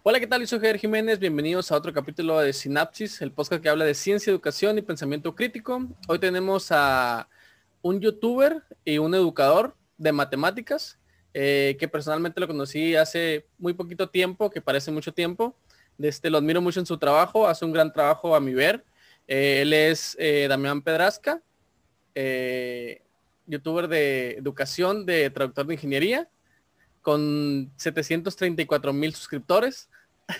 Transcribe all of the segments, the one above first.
Hola, ¿qué tal? Yo soy Javier Jiménez, bienvenidos a otro capítulo de Sinapsis, el podcast que habla de ciencia, educación y pensamiento crítico. Hoy tenemos a un youtuber y un educador de matemáticas, que personalmente lo conocí hace muy poquito tiempo, que parece mucho tiempo. Lo admiro mucho en su trabajo, hace un gran trabajo a mi ver. Él es Damián Pedrasca, eh, youtuber de educación, de traductor de ingeniería, con 734,000 suscriptores.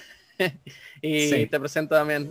Y Sí, te presento también.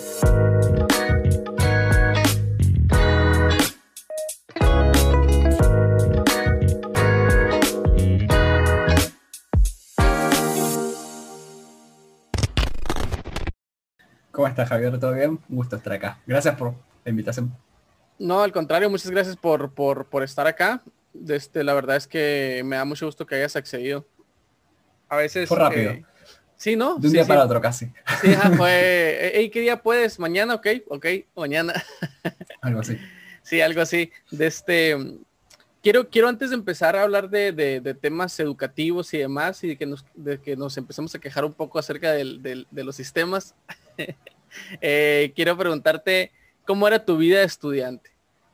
¿cómo estás, Javier? ¿Todo bien? Un gusto estar acá. Gracias por la invitación. No, al contrario, muchas gracias por estar acá. La verdad es que me da mucho gusto que hayas accedido. A Fue veces, rápido, sí, ¿no? de un Sí, día para sí. otro casi, Sí, ajá, fue, hey, ¿qué día puedes? Mañana, ok, ok, mañana. algo así. Sí, algo así. Quiero antes de empezar a hablar de temas educativos y demás, y de que nos empecemos a quejar un poco acerca de los sistemas. Quiero preguntarte, ¿cómo era tu vida de estudiante?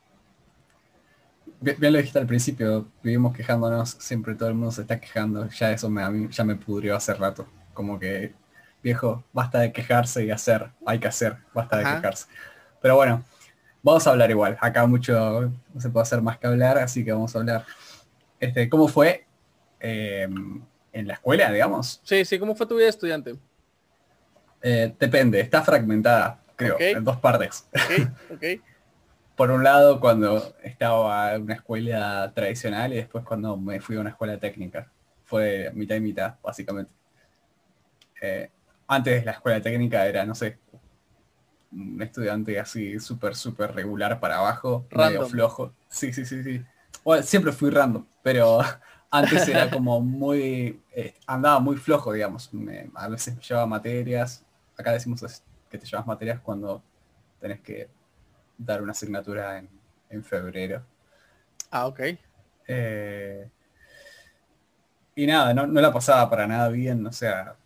Bien lo dijiste al principio, vivimos quejándonos, siempre todo el mundo se está quejando, ya eso a mí ya me pudrió hace rato. Como que, viejo, basta de quejarse y hacer, hay que hacer, basta de Ajá. quejarse. Pero bueno, vamos a hablar igual, acá mucho no se puede hacer más que hablar, así que vamos a hablar. ¿Cómo fue en la escuela, digamos? Sí, sí, ¿cómo fue tu vida de estudiante? Depende, está fragmentada, Ok, creo, en dos partes. ok, ok. Por un lado, cuando estaba en una escuela tradicional y después cuando me fui a una escuela técnica. Fue mitad y mitad, básicamente. Eh, Antes la escuela técnica era, no sé, un estudiante así súper regular para abajo, medio Random. flojo. Sí, sí, sí, sí. Bueno, siempre fui random, pero antes era como muy... andaba muy flojo, digamos. A veces me llevaba materias. Acá decimos que te llevas materias cuando tenés que dar una asignatura en febrero. Ah, ok. Eh, y nada, no la pasaba para nada bien, o sea,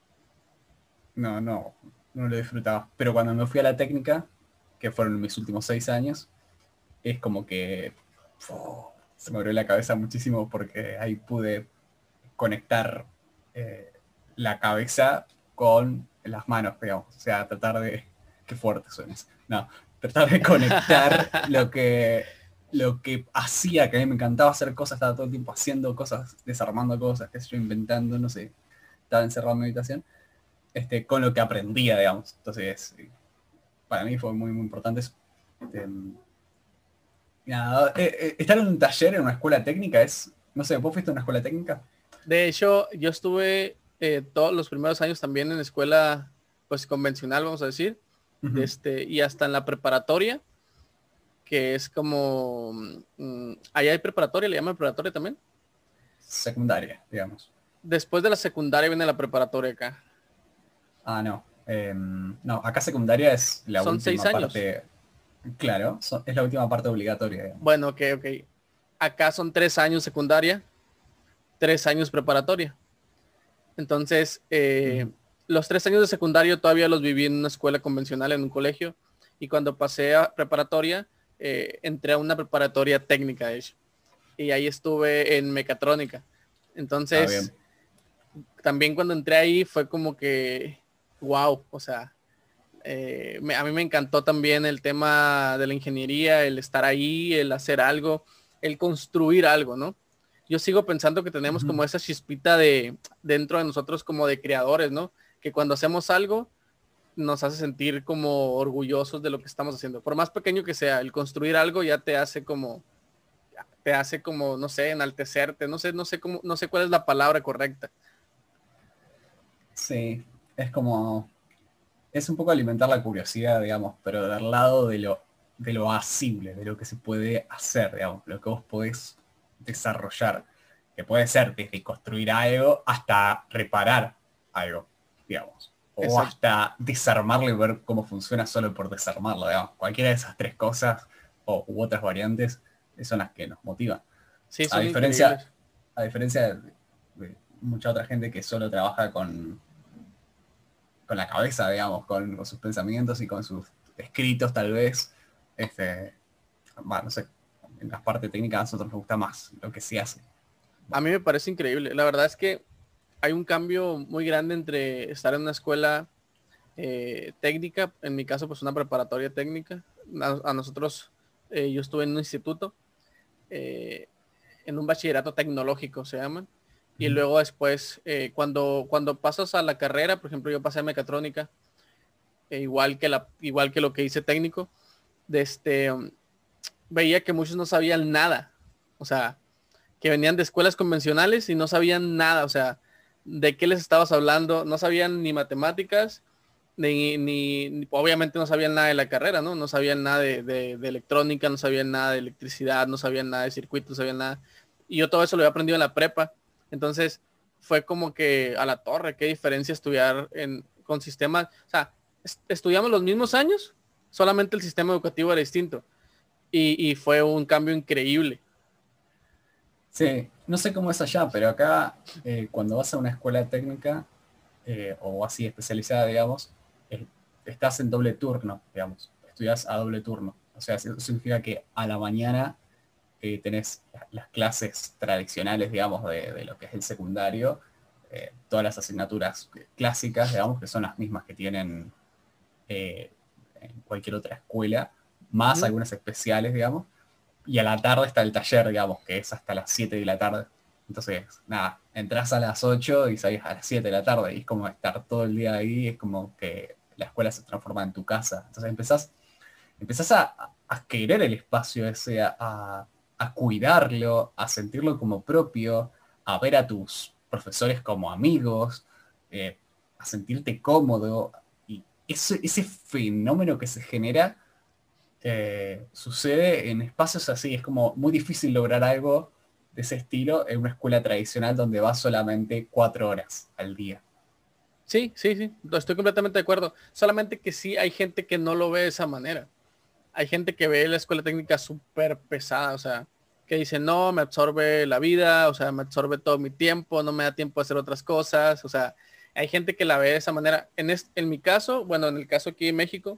no lo disfrutaba. Pero cuando me fui a la técnica, que fueron mis últimos 6 años, es como que se me abrió la cabeza muchísimo porque ahí pude conectar eh, la cabeza con las manos, digamos. O sea, tratar de... Qué fuerte suenas. No, tratar de conectar lo que hacía, que a mí me encantaba hacer cosas, estaba todo el tiempo haciendo cosas, desarmando cosas, qué sé yo, inventando, no sé, estaba encerrado en mi habitación, con lo que aprendía, digamos. Entonces, para mí fue muy, muy importante eso. Este, Nada, estar en un taller en una escuela técnica es, no sé, ¿vos fuiste a una escuela técnica? De hecho, yo estuve todos los primeros años también en escuela, pues convencional, vamos a decir, Ujú. y hasta en la preparatoria, que es como, allá hay preparatoria, le llaman preparatoria también. Secundaria, digamos. Después de la secundaria viene la preparatoria acá. Ah, no. No, acá secundaria es la Son 6 años. última parte, claro, es la última parte obligatoria, digamos. Bueno, ok, ok. Acá son 3 años secundaria, 3 años preparatoria. Entonces, Ujú. los 3 años de secundario todavía los viví en una escuela convencional, en un colegio. Y cuando pasé a preparatoria, entré a una preparatoria técnica, de hecho. Y ahí estuve en mecatrónica. Ah, bien. Entonces, también cuando entré ahí fue como que, wow, o sea, a mí me encantó también el tema de la ingeniería, el estar ahí, el hacer algo, el construir algo, ¿no? Yo sigo pensando que tenemos Ujú. como esa chispita de dentro de nosotros como de creadores, ¿no? Que cuando hacemos algo nos hace sentir como orgullosos de lo que estamos haciendo. Por más pequeño que sea, el construir algo ya te hace como, no sé, enaltecerte, no sé cuál es la palabra correcta. Sí, es como, es un poco alimentar la curiosidad, digamos, pero del lado de lo asible, de lo que se puede hacer, digamos, lo que vos podés desarrollar, que puede ser desde construir algo hasta reparar algo, digamos, o Exacto. hasta desarmarlo y ver cómo funciona solo por desarmarlo, digamos. Cualquiera de esas tres cosas u otras variantes son las que nos motivan. Sí, A son diferencia, increíbles. a diferencia de mucha otra gente que solo trabaja con, con la cabeza, digamos, con sus pensamientos y con sus escritos tal vez. No sé, en la parte técnica a nosotros nos gusta más lo que se hace. A mí me parece increíble. La verdad es que hay un cambio muy grande entre estar en una escuela técnica, en mi caso pues una preparatoria técnica. A nosotros, yo estuve en un instituto, en un bachillerato tecnológico se llaman, y luego después cuando pasas a la carrera, por ejemplo yo pasé a mecatrónica, igual que lo que hice técnico, de veía que muchos no sabían nada, o sea, que venían de escuelas convencionales y no sabían nada, o sea, de qué les estabas hablando, no sabían ni matemáticas, obviamente no sabían nada de la carrera, ¿no? No sabían nada de electrónica, no sabían nada de electricidad, no sabían nada de circuitos, no sabían nada. Y yo todo eso lo había aprendido en la prepa. Entonces fue como que a la torre, qué diferencia estudiar con sistemas, o sea, estudiamos los mismos años, solamente el sistema educativo era distinto. Y fue un cambio increíble. Sí, no sé cómo es allá, pero acá cuando vas a una escuela técnica o así especializada, digamos, estás en doble turno, digamos, estudias a doble turno. O sea, eso significa que a la mañana tenés las clases tradicionales, digamos, de lo que es el secundario, todas las asignaturas clásicas, digamos, que son las mismas que tienen en cualquier otra escuela, más algunas especiales, digamos. Y a la tarde está el taller, digamos, que es hasta las 7 de la tarde. Entonces, nada, entras a las 8 y salís a las 7 de la tarde. Y es como estar todo el día ahí, es como que la escuela se transforma en tu casa. Entonces empezás a querer el espacio ese, a cuidarlo, a sentirlo como propio, a ver a tus profesores como amigos, a sentirte cómodo. Y ese fenómeno que se genera sucede en espacios así. Es como muy difícil lograr algo de ese estilo en una escuela tradicional donde vas solamente 4 horas al día. Sí, sí, sí, estoy completamente de acuerdo. Solamente que sí hay gente que no lo ve de esa manera. Hay gente que ve la escuela técnica súper pesada, o sea, que dice, no, me absorbe la vida, o sea, me absorbe todo mi tiempo, no me da tiempo de hacer otras cosas, o sea, hay gente que la ve de esa manera. En mi caso, bueno, en el caso aquí en México,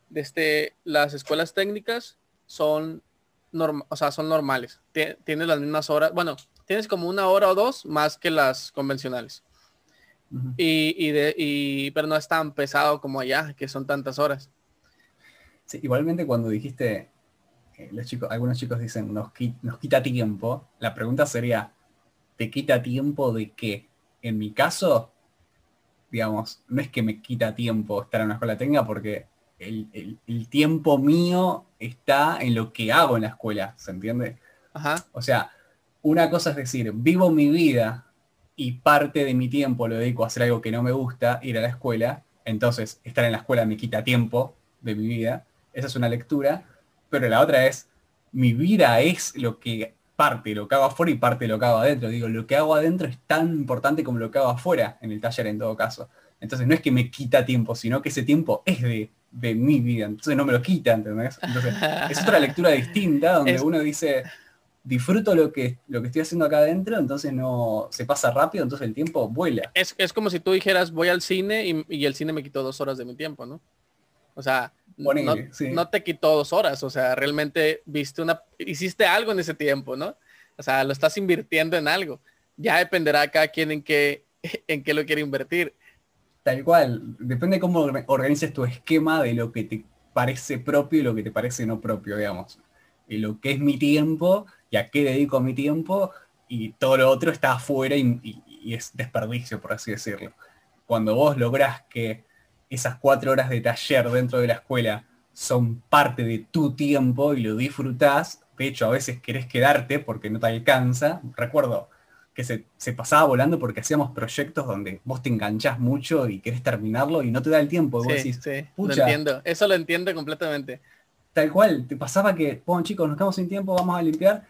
las escuelas técnicas son, o sea, son normales. Tienes las mismas horas, bueno, tienes como una hora o dos más que las convencionales. Ujú. Pero no es tan pesado como allá, que son tantas horas. Sí, igualmente cuando dijiste, algunos chicos dicen, nos quita tiempo, la pregunta sería, ¿te quita tiempo de qué? En mi caso, digamos, no es que me quita tiempo estar en una escuela técnica porque el tiempo mío está en lo que hago en la escuela, ¿se entiende? Ajá. O sea, una cosa es decir, vivo mi vida y parte de mi tiempo lo dedico a hacer algo que no me gusta, ir a la escuela, entonces estar en la escuela me quita tiempo de mi vida, esa es una lectura, pero la otra es, mi vida es lo que parte, lo que hago afuera y parte de lo que hago adentro. Digo, lo que hago adentro es tan importante como lo que hago afuera, en el taller en todo caso. Entonces no es que me quita tiempo, sino que ese tiempo es de mi vida, entonces no me lo quita, ¿entendés? Entonces es otra lectura distinta donde Es, uno dice, disfruto lo que estoy haciendo acá adentro, entonces no se pasa rápido, entonces el tiempo vuela. es como si tú dijeras, voy al cine y el cine me quitó 2 horas de mi tiempo, ¿no? O sea, no, Ponele, sí. no te quitó 2 horas, o sea, realmente hiciste algo en ese tiempo, ¿no? O sea, lo estás invirtiendo en algo. Ya dependerá cada quien en qué lo quiere invertir. Tal cual, depende cómo organices tu esquema de lo que te parece propio y lo que te parece no propio, digamos. Y lo que es mi tiempo y a qué dedico mi tiempo y todo lo otro está afuera y es desperdicio, por así decirlo. Cuando vos lográs que esas 4 horas de taller dentro de la escuela son parte de tu tiempo y lo disfrutás, de hecho a veces querés quedarte porque no te alcanza. Recuerdo que se pasaba volando porque hacíamos proyectos donde vos te enganchás mucho y querés terminarlo y no te da el tiempo. Y vos Sí, decís, sí, lo pucha, entiendo. Eso lo entiendo completamente. tal cual, te pasaba que, bueno chicos, nos quedamos sin tiempo, vamos a limpiar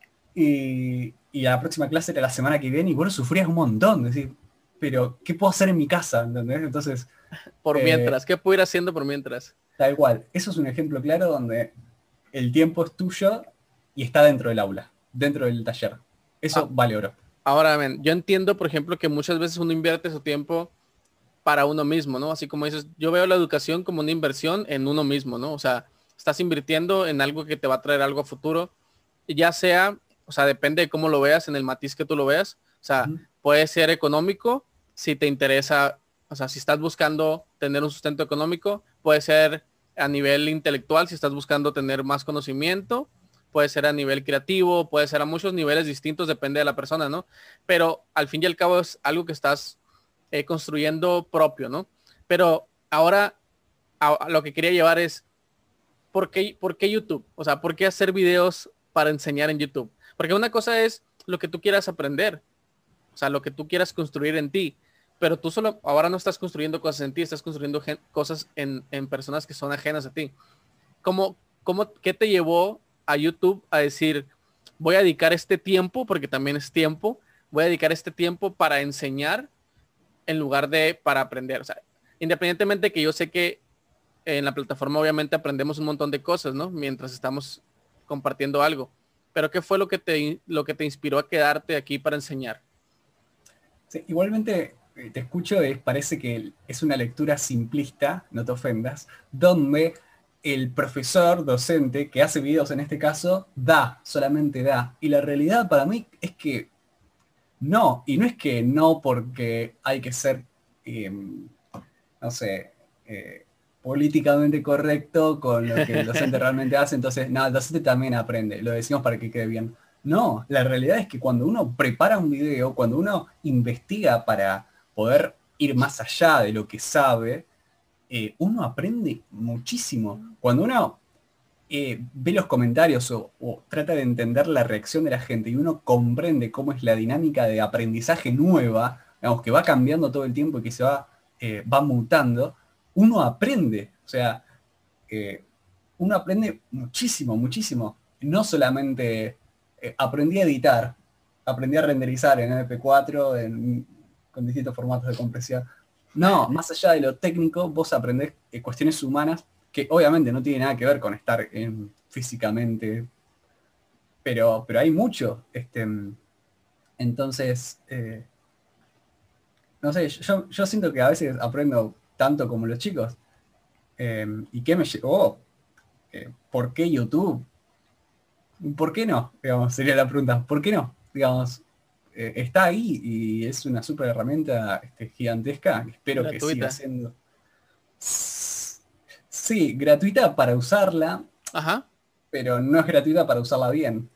y la próxima clase era la semana que viene y vos sufrías un montón. Decís, pero ¿qué puedo hacer en mi casa? ¿Entendés? Entonces, Por eh, mientras, ¿qué puedo ir haciendo por mientras? tal cual, eso es un ejemplo claro donde el tiempo es tuyo y está dentro del aula, dentro del taller. Eso Ah, vale oro. ahora, yo entiendo, por ejemplo, que muchas veces uno invierte su tiempo para uno mismo, ¿no? Así como dices, yo veo la educación como una inversión en uno mismo, ¿no? O sea, estás invirtiendo en algo que te va a traer algo a futuro, ya sea, o sea, depende de cómo lo veas, en el matiz que tú lo veas. O sea, Ujú. puede ser económico si te interesa, o sea, si estás buscando tener un sustento económico, puede ser a nivel intelectual, si estás buscando tener más conocimiento, puede ser a nivel creativo, puede ser a muchos niveles distintos, depende de la persona, ¿no? Pero al fin y al cabo es algo que estás construyendo propio, ¿no? Pero ahora a lo que quería llevar es, por qué YouTube? O sea, ¿por qué hacer videos para enseñar en YouTube? Porque una cosa es lo que tú quieras aprender, o sea, lo que tú quieras construir en ti, pero tú solo ahora no estás construyendo cosas en ti, estás construyendo cosas en personas que son ajenas a ti. ¿Qué te llevó a YouTube a decir, voy a dedicar este tiempo, porque también es tiempo, voy a dedicar este tiempo para enseñar en lugar de para aprender? O sea, independientemente que yo sé que en la plataforma obviamente aprendemos un montón de cosas, ¿no? Mientras estamos compartiendo algo. Pero ¿qué fue lo que te inspiró a quedarte aquí para enseñar? Sí, igualmente te escucho, parece que es una lectura simplista, no te ofendas, donde el profesor docente que hace videos en este caso da, solamente da. Y la realidad para mí es que no, y no es que no porque hay que ser, no sé, políticamente correcto con lo que el docente realmente hace, entonces, nada, el docente también aprende, lo decimos para que quede bien. No, la realidad es que cuando uno prepara un video, cuando uno investiga para poder ir más allá de lo que sabe, uno aprende muchísimo. Cuando uno ve los comentarios o trata de entender la reacción de la gente y uno comprende cómo es la dinámica de aprendizaje nueva, digamos, que va cambiando todo el tiempo y que va mutando, uno aprende. O sea, eh, uno aprende muchísimo, muchísimo. No solamente aprendí a editar, aprendí a renderizar en MP4, con distintos formatos de compresión. No, más allá de lo técnico, vos aprendés cuestiones humanas que obviamente no tiene nada que ver con estar físicamente, pero hay mucho. Entonces, no sé, yo siento que a veces aprendo tanto como los chicos. ¿Y qué me llevó? ¿Por qué YouTube? ¿Por qué no? Digamos, sería la pregunta. ¿Por qué no? Digamos, está ahí y es una súper herramienta gigantesca. Espero que siga Gratuita. siendo. Sí, gratuita para usarla, Ajá. pero no es gratuita para usarla bien.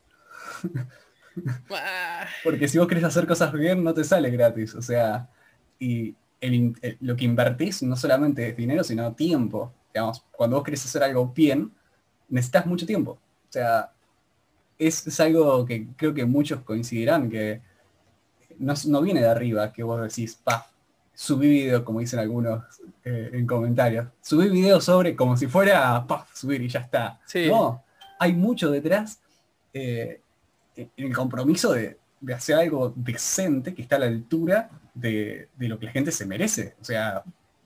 Ah, Porque si vos querés hacer cosas bien, no te sale gratis. O sea, y lo que invertís no solamente es dinero, sino tiempo. Digamos, cuando vos querés hacer algo bien, necesitas mucho tiempo. O sea, es algo que creo que muchos coincidirán, que no viene de arriba, que vos decís, pa, subí video, como dicen algunos en comentarios. Subí video sobre como si fuera, pa, subir y ya está. sí. No, hay mucho detrás. eh, el compromiso de hacer algo decente que está a la altura de lo que la gente se merece. O sea,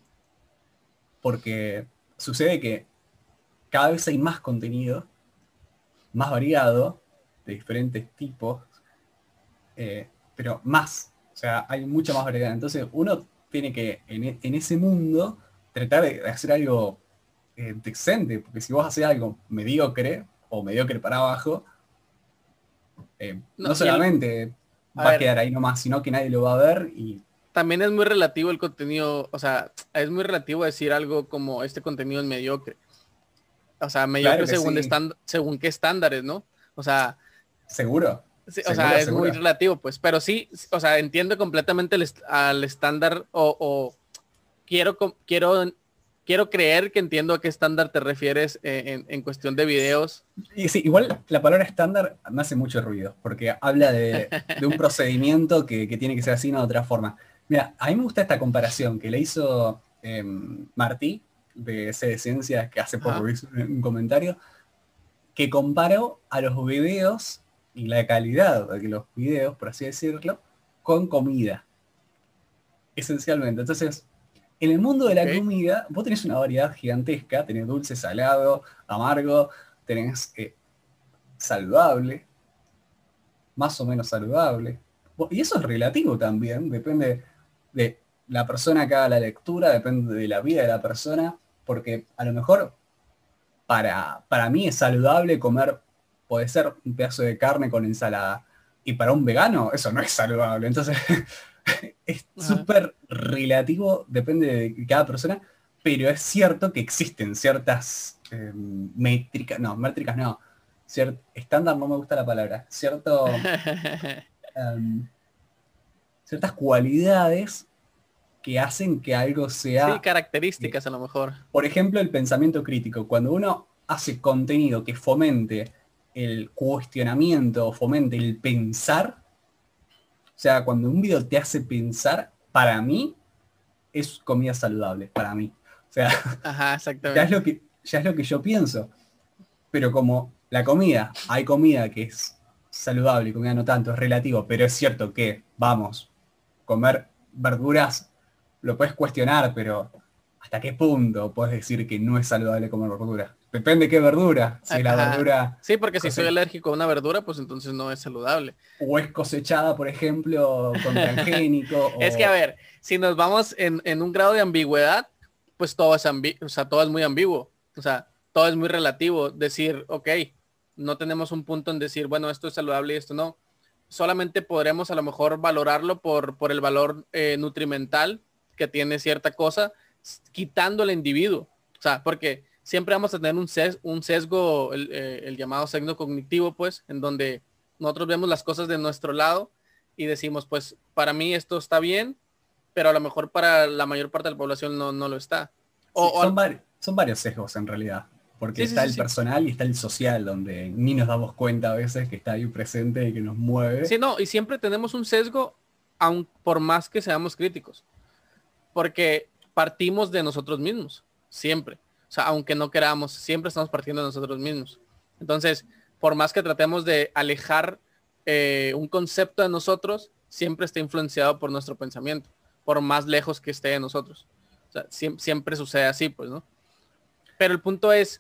porque sucede que cada vez hay más contenido, más variado, de diferentes tipos, pero más. O sea, hay mucha más variedad. Entonces uno tiene que, en ese mundo, tratar de hacer algo decente, porque si vos haces algo mediocre o mediocre para abajo, No, no solamente a va a ver, quedar ahí nomás, sino que nadie lo va a ver y también es muy relativo el contenido, o sea, es muy relativo decir algo como este contenido es mediocre. O sea, claro mediocre que sí, según qué estándares, ¿no? O sea, seguro, sí, o sea, seguro, es muy seguro. relativo, pues, pero sí, o sea, entiendo completamente al estándar o quiero, quiero creer que entiendo a qué estándar te refieres en cuestión de videos. Y sí, igual la palabra estándar me hace mucho ruido, porque habla de un procedimiento que tiene que ser así, no de otra forma. Mira, a mí me gusta esta comparación que le hizo Martí, de C de Ciencias, que hace Ajá. poco hizo un comentario, que comparó a los videos y la calidad de los videos, por así decirlo, con comida, esencialmente. Entonces, en el mundo de Ok. la comida, vos tenés una variedad gigantesca, tenés dulce, salado, amargo, tenés saludable, más o menos saludable. Y eso es relativo también, depende de la persona que haga la lectura, depende de la vida de la persona, porque a lo mejor para mí es saludable comer, puede ser un pedazo de carne con ensalada, y para un vegano eso no es saludable. Entonces es Ajá. súper relativo, depende de cada persona, pero es cierto que existen ciertas métricas no, estándar no me gusta la palabra, em, ciertas cualidades que hacen que algo Sí, sea, características a lo mejor. por ejemplo, el pensamiento crítico. Cuando uno hace contenido que fomente el cuestionamiento o fomente el pensar, o sea, cuando un video te hace pensar, para mí es comida saludable, para mí. O sea, Ajá, ya es exactamente. lo que, ya es lo que yo pienso. Pero como la comida, hay comida que es saludable y comida no tanto, es relativo, pero es cierto que, vamos, comer verduras lo puedes cuestionar, pero ¿hasta qué punto puedes decir que no es saludable comer verdura? Depende qué verdura. Si es la Ajá. verdura Sí, porque si soy alérgico a una verdura, pues entonces no es saludable. o es cosechada, por ejemplo, con transgénico Es que, a o ver, si nos vamos en un grado de ambigüedad, pues todo es o sea, todo es muy ambiguo. O sea, todo es muy relativo. Decir, ok, no tenemos un punto en decir, bueno, esto es saludable y esto no. Solamente podremos a lo mejor valorarlo por el valor nutrimental que tiene cierta cosa, quitando al individuo. O sea, porque siempre vamos a tener un sesgo, el llamado sesgo cognitivo, pues, en donde nosotros vemos las cosas de nuestro lado y decimos, pues, para mí esto está bien, pero a lo mejor para la mayor parte de la población no lo está. O, sí, o al- son varios sesgos en realidad. Porque sí, sí, está sí, el sí. personal y está el social, donde ni nos damos cuenta a veces que está ahí presente y que nos mueve. Sí, no, y siempre tenemos un sesgo, aun por más que seamos críticos, porque partimos de nosotros mismos, siempre. O sea, aunque no queramos, siempre estamos partiendo de nosotros mismos. Entonces, por más que tratemos de alejar un concepto de nosotros, siempre está influenciado por nuestro pensamiento, por más lejos que esté de nosotros. O sea, siempre sucede así, pues, ¿no? Pero el punto es,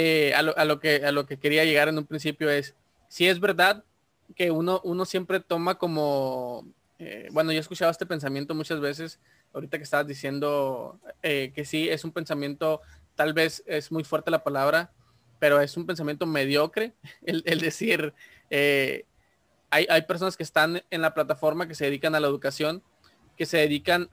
a lo que quería llegar en un principio es, si es verdad que uno siempre toma como, bueno, yo he escuchado este pensamiento muchas veces, ahorita que estabas diciendo que sí, es un pensamiento, tal vez es muy fuerte la palabra, pero es un pensamiento mediocre, el decir, eh, hay personas que están en la plataforma que se dedican a la educación, que se dedican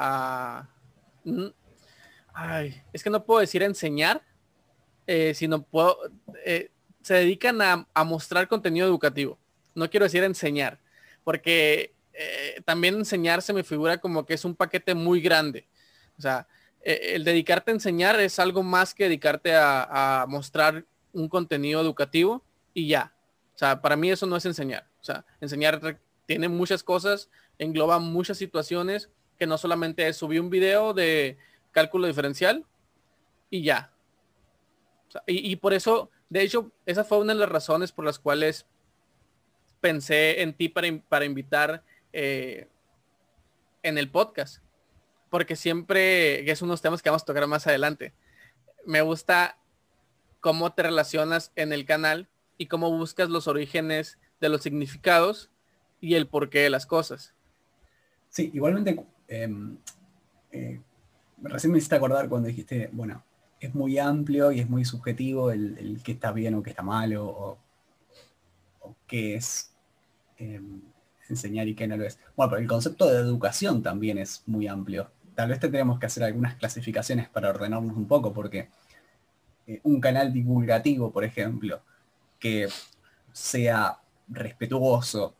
ay, es que no puedo decir enseñar, sino puedo, se dedican a mostrar contenido educativo. No quiero decir enseñar, porque también enseñar se me figura como que es un paquete muy grande. O sea, el dedicarte a enseñar es algo más que dedicarte a mostrar un contenido educativo y ya. O sea, para mí eso no es enseñar. O sea, enseñar tiene muchas cosas, engloba muchas situaciones que no solamente es subir un video de cálculo diferencial y ya. O sea, y por eso, de hecho, esa fue una de las razones por las cuales pensé en ti para invitar eh, en el podcast. Porque siempre, que es unos temas que vamos a tocar más adelante, me gusta cómo te relacionas en el canal y cómo buscas los orígenes de los significados y el porqué de las cosas. Sí, igualmente, eh, recién me hiciste acordar cuando dijiste, bueno, es muy amplio y es muy subjetivo el qué está bien o qué está mal o qué es eh, enseñar y qué no lo es. Bueno, pero el concepto de educación también es muy amplio. Tal vez tendremos que hacer algunas clasificaciones para ordenarnos un poco, porque un canal divulgativo, por ejemplo, que sea respetuoso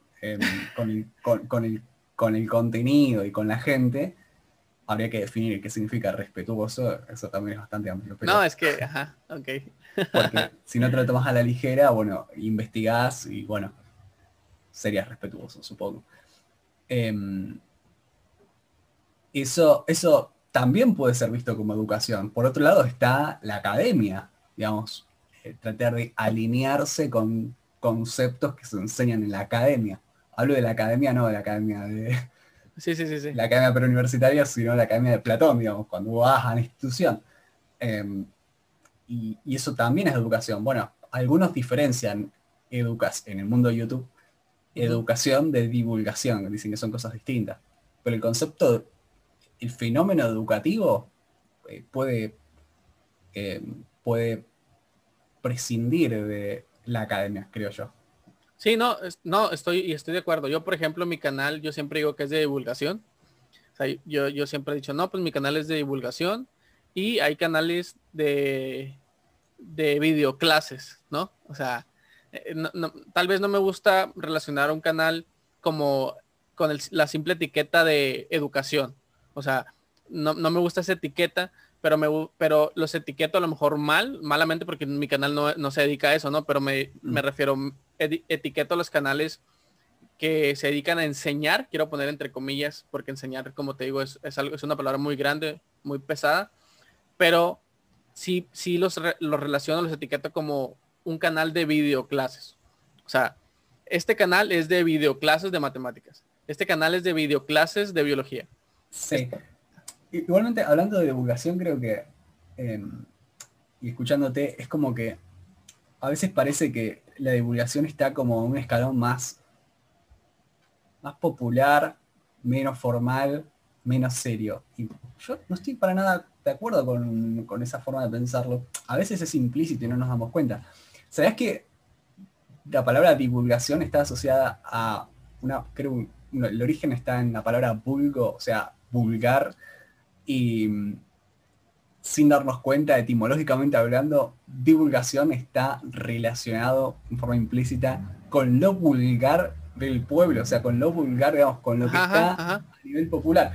con el contenido y con la gente, habría que definir qué significa respetuoso, eso también es bastante amplio, No, pero es que, ajá, ok. porque si no te lo tomas a la ligera, bueno, investigás y bueno, serías respetuoso, supongo. Eh, eso también puede ser visto como educación. Por otro lado está la academia, digamos, tratar de alinearse con conceptos que se enseñan en la academia. Hablo de la academia, no de la academia de Sí, sí, sí, sí. la academia preuniversitaria, sino la academia de Platón, digamos, cuando vas a la institución. Eh, y eso también es educación. Bueno, algunos diferencian en el mundo de YouTube Ujú. educación de divulgación, dicen que son cosas distintas. Pero el concepto el fenómeno educativo puede, puede prescindir de la academia, creo yo. Sí, no, estoy de acuerdo. Yo, por ejemplo, mi canal, yo siempre digo que es de divulgación. O sea, yo siempre he dicho, no, pues mi canal es de divulgación y hay canales de videoclases, ¿no? O sea, tal vez no me gusta relacionar un canal como con la simple etiqueta de educación. O sea, no me gusta esa etiqueta, pero los etiqueto a lo mejor malamente porque mi canal no se dedica a eso, ¿no? Pero me refiero, etiqueto los canales que se dedican a enseñar, quiero poner entre comillas, porque enseñar, como te digo, es una palabra muy grande, muy pesada, pero sí los relaciono, los etiqueto como un canal de videoclases. O sea, este canal es de videoclases de matemáticas. Este canal es de videoclases de biología. Sí. Igualmente, hablando de divulgación, creo que, y escuchándote, es como que a veces parece que la divulgación está como un escalón más popular, menos formal, menos serio. Y yo no estoy para nada de acuerdo con esa forma de pensarlo. A veces es implícito y no nos damos cuenta. ¿Sabés que la palabra divulgación está asociada a el origen está en la palabra vulgo, o sea, vulgar, y sin darnos cuenta, etimológicamente hablando, divulgación está relacionado en forma implícita con lo vulgar del pueblo, o sea, con lo vulgar, digamos, con lo que está a nivel popular.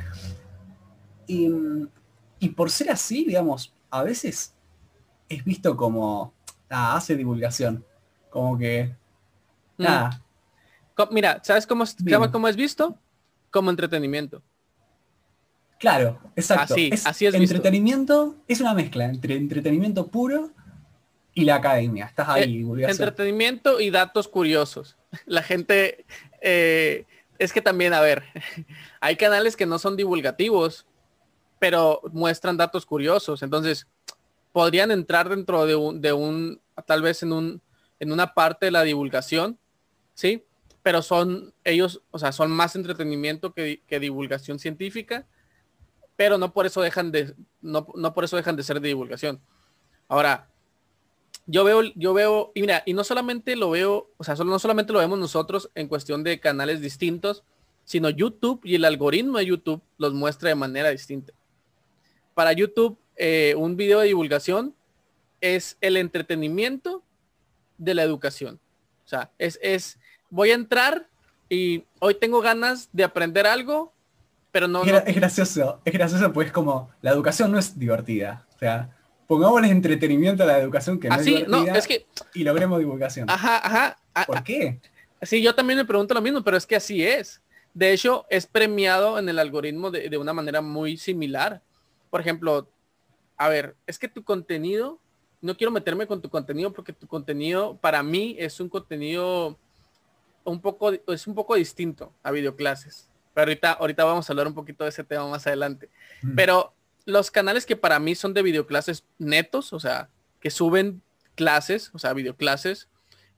Y por ser así, digamos, a veces es visto como, hace divulgación, como que, nada. Mira, ¿sabes cómo es visto? Como entretenimiento. Claro, exacto. Así es entretenimiento, visto. Es una mezcla entre entretenimiento puro y la academia. Estás ahí, divulgación. Entretenimiento y datos curiosos. La gente, es que también, a ver, hay canales que no son divulgativos, pero muestran datos curiosos. Entonces, podrían entrar dentro de un tal vez en una parte de la divulgación, ¿sí? Pero ellos, o sea, son más entretenimiento que divulgación científica, pero no por eso dejan de ser de divulgación. Ahora, yo veo, y mira, y no solamente lo veo, o sea, no solamente lo vemos nosotros en cuestión de canales distintos, sino YouTube y el algoritmo de YouTube los muestra de manera distinta. Para YouTube, un video de divulgación es el entretenimiento de la educación. O sea, voy a entrar y hoy tengo ganas de aprender algo, pero no. Es gracioso, pues como la educación no es divertida. O sea, pongámosle entretenimiento a la educación que no es divertida y logremos divulgación. ¿Por qué? Sí, yo también me pregunto lo mismo, pero es que así es. De hecho, es premiado en el algoritmo de una manera muy similar. Por ejemplo, a ver, es que tu contenido, no quiero meterme con tu contenido porque tu contenido para mí es un contenido un poco distinto a videoclases. Pero ahorita vamos a hablar un poquito de ese tema más adelante. Pero los canales que para mí son de videoclases netos, o sea, que suben clases, o sea, videoclases,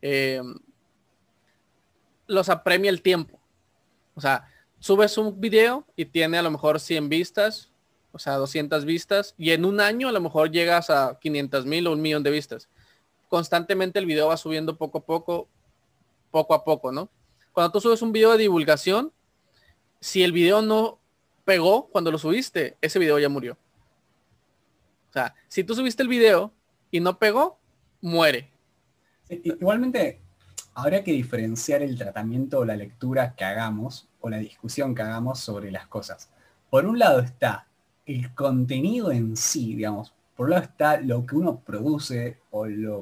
los apremia el tiempo. O sea, subes un video y tiene a lo mejor 100 vistas, o sea, 200 vistas, y en un año a lo mejor llegas a 500,000 o 1,000,000 de vistas. Constantemente el video va subiendo poco a poco, ¿no? Cuando tú subes un video de divulgación, si el video no pegó cuando lo subiste, ese video ya murió. O sea, si tú subiste el video y no pegó, muere. Sí, igualmente, habría que diferenciar el tratamiento o la lectura que hagamos o la discusión que hagamos sobre las cosas. Por un lado está el contenido en sí, digamos. Por un lado está lo que uno produce o lo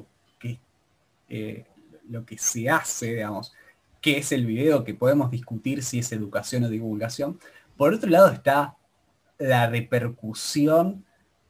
que se hace, digamos, que es el video, que podemos discutir si es educación o divulgación. Por otro lado está la repercusión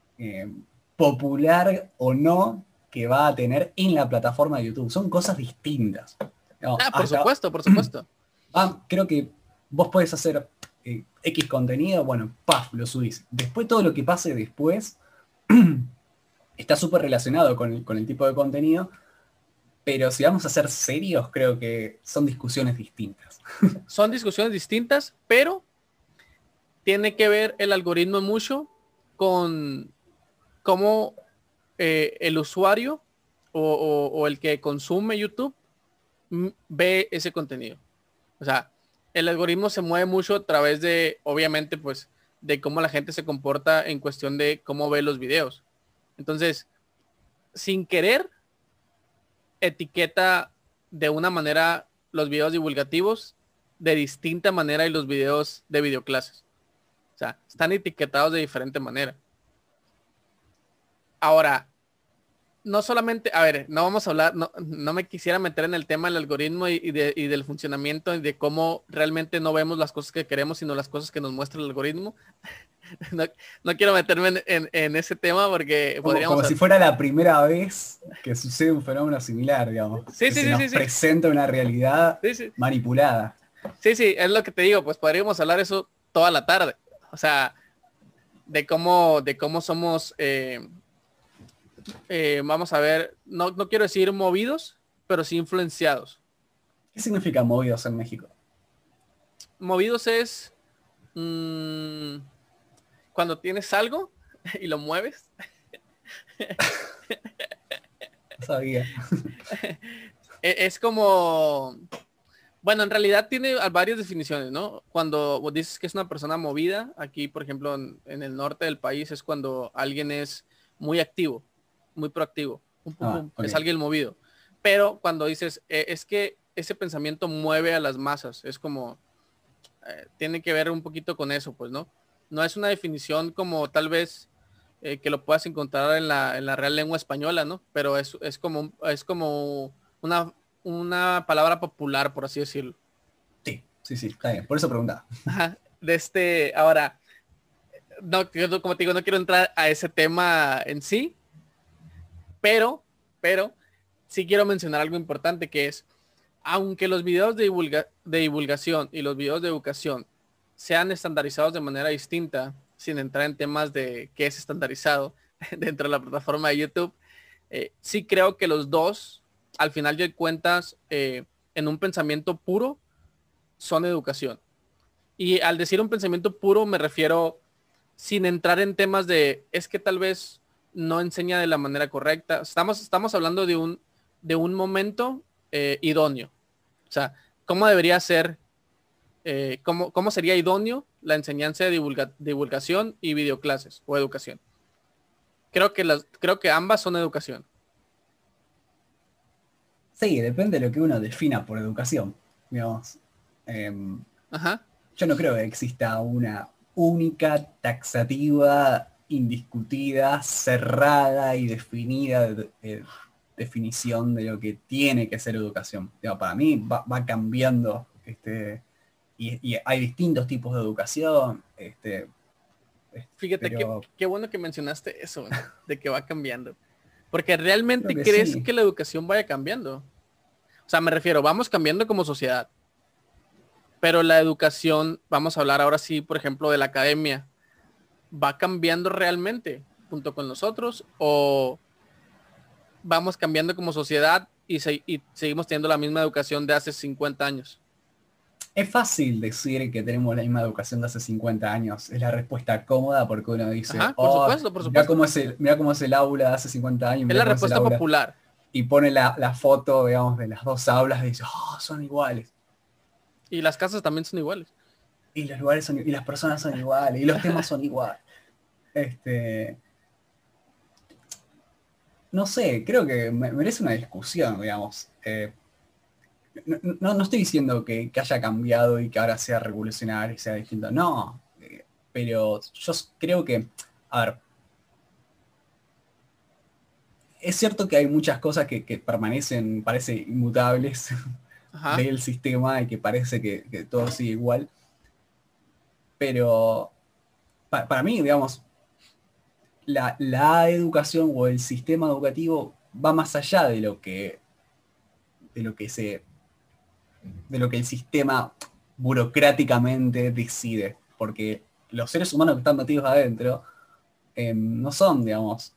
popular o no que va a tener en la plataforma de YouTube. Son cosas distintas. No, por supuesto. Creo que vos podés hacer X contenido, bueno, lo subís. Después todo lo que pase después está súper relacionado con el tipo de contenido, pero si vamos a ser serios, creo que son discusiones distintas. Son discusiones distintas, pero tiene que ver el algoritmo mucho con cómo el usuario o el que consume YouTube ve ese contenido. O sea, el algoritmo se mueve mucho a través de, obviamente, pues, de cómo la gente se comporta en cuestión de cómo ve los videos. Entonces, sin querer, etiqueta de una manera los videos divulgativos, de distinta manera y los videos de videoclases. O sea, están etiquetados de diferente manera. Ahora, no solamente, a ver, no vamos a hablar, no me quisiera meter en el tema del algoritmo y del funcionamiento y de cómo realmente no vemos las cosas que queremos, sino las cosas que nos muestra el algoritmo. No, no quiero meterme en ese tema porque como si fuera la primera vez que sucede un fenómeno similar, digamos. Sí, que sí, se sí, nos sí, presenta una realidad manipulada. Sí, sí, es lo que te digo, pues podríamos hablar eso toda la tarde. O sea, de cómo somos, vamos a ver, no quiero decir movidos, pero sí influenciados. ¿Qué significa movidos en México? Movidos es cuando tienes algo y lo mueves. No sabía. Es como, bueno, en realidad tiene varias definiciones, ¿no? Cuando vos dices que es una persona movida, aquí, por ejemplo, en el norte del país es cuando alguien es muy activo, muy proactivo. Okay. Es alguien movido. Pero cuando dices, es que ese pensamiento mueve a las masas, es como, tiene que ver un poquito con eso, pues, ¿no? No es una definición como tal vez que lo puedas encontrar en la Real Lengua Española, ¿no? Pero es como una palabra popular, por así decirlo. Sí, está bien. Por eso preguntaba. Ajá. Ahora, no, como te digo, no quiero entrar a ese tema en sí, pero sí quiero mencionar algo importante que es, aunque los videos de divulgación y los videos de educación sean estandarizados de manera distinta, sin entrar en temas de qué es estandarizado dentro de la plataforma de YouTube, sí creo que los dos, al final de cuentas, en un pensamiento puro, son educación. Y al decir un pensamiento puro me refiero sin entrar en temas de, es que tal vez no enseña de la manera correcta. Estamos hablando de un momento idóneo. O sea, ¿cómo debería ser, cómo sería idóneo la enseñanza de divulgación y videoclases o educación? Creo que ambas son educación. Sí, depende de lo que uno defina por educación, digamos. Ajá. Yo no creo que exista una única, taxativa, indiscutida, cerrada y definida definición de lo que tiene que ser educación. Digamos, para mí va cambiando, y hay distintos tipos de educación. Fíjate, pero qué bueno que mencionaste eso, ¿no? De que va cambiando. Porque realmente creo que crees sí. que la educación vaya cambiando. O sea, me refiero, vamos cambiando como sociedad. Pero la educación, vamos a hablar ahora sí, por ejemplo, de la academia, ¿va cambiando realmente junto con nosotros? ¿O vamos cambiando como sociedad y seguimos teniendo la misma educación de hace 50 años? Es fácil decir que tenemos la misma educación de hace 50 años. Es la respuesta cómoda porque uno dice, Ajá, por supuesto, por mira supuesto. cómo es el aula de hace 50 años, Es mira la cómo es el respuesta aula. popular. Y pone la foto, digamos, de las dos aulas y dice, son iguales. Y las casas también son iguales. Y los lugares son, y las personas son iguales, y los temas son iguales. No sé, creo que merece una discusión, digamos. No estoy diciendo que haya cambiado y que ahora sea revolucionario y sea distinto. No. Pero yo creo que, a ver, es cierto que hay muchas cosas que permanecen, parece, inmutables Ajá. del sistema y que parece que todo sigue igual. Pero para mí, digamos, la educación o el sistema educativo va más allá de lo que el sistema burocráticamente decide, porque los seres humanos que están metidos adentro no son, digamos,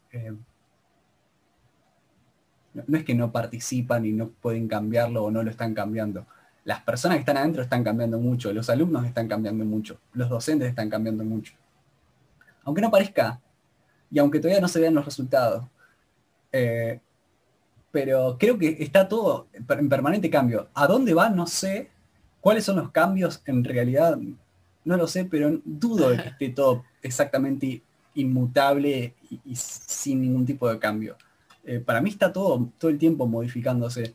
no es que no participan y no pueden cambiarlo o no lo están cambiando. las personas que están adentro están cambiando mucho, los alumnos están cambiando mucho, los docentes están cambiando mucho. Aunque no parezca, y aunque todavía no se vean los resultados. Pero creo que está todo en permanente cambio. ¿A dónde va? No sé. ¿Cuáles son los cambios? En realidad no lo sé, pero dudo de que esté todo exactamente inmutable y sin ningún tipo de cambio. Para mí está todo el tiempo modificándose.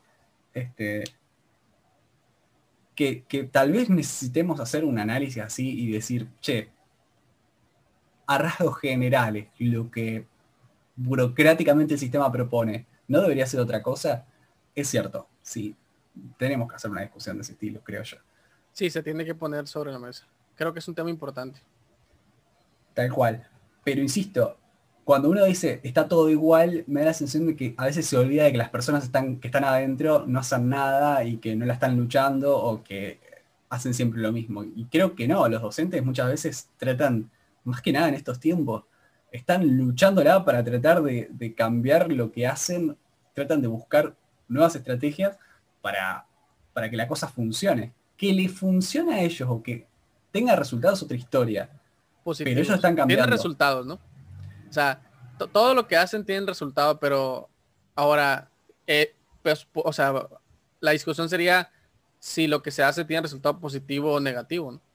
Que tal vez necesitemos hacer un análisis así y decir, che, a rasgos generales, lo que burocráticamente el sistema propone, ¿no debería ser otra cosa? Es cierto, sí, tenemos que hacer una discusión de ese estilo, creo yo. Sí, se tiene que poner sobre la mesa. Creo que es un tema importante. Tal cual. Pero insisto, cuando uno dice está todo igual, me da la sensación de que a veces se olvida de que las personas que están adentro no hacen nada y que no la están luchando o que hacen siempre lo mismo. Y creo que no, los docentes muchas veces tratan, más que nada en estos tiempos, están luchándola para tratar de cambiar lo que hacen, tratan de buscar nuevas estrategias para que la cosa funcione. Que le funcione a ellos o que tenga resultados otra historia. Positivos. Pero ellos están cambiando. Tienen resultados, ¿no? O sea, todo lo que hacen tienen resultado, pero ahora, pues, o sea, la discusión sería si lo que se hace tiene resultado positivo o negativo, ¿no?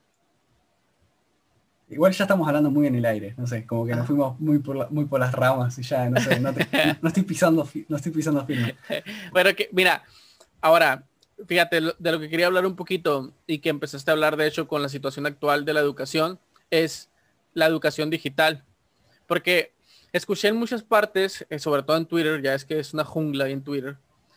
Igual ya estamos hablando muy en el aire, no sé, como que nos fuimos muy por las ramas y ya, no sé, no estoy pisando firme. Pero que, mira, ahora, fíjate, de lo que quería hablar un poquito y que empezaste a hablar, de hecho, con la situación actual de la educación, es la educación digital. Porque escuché en muchas partes, sobre todo en Twitter, ya es que es una jungla en Twitter,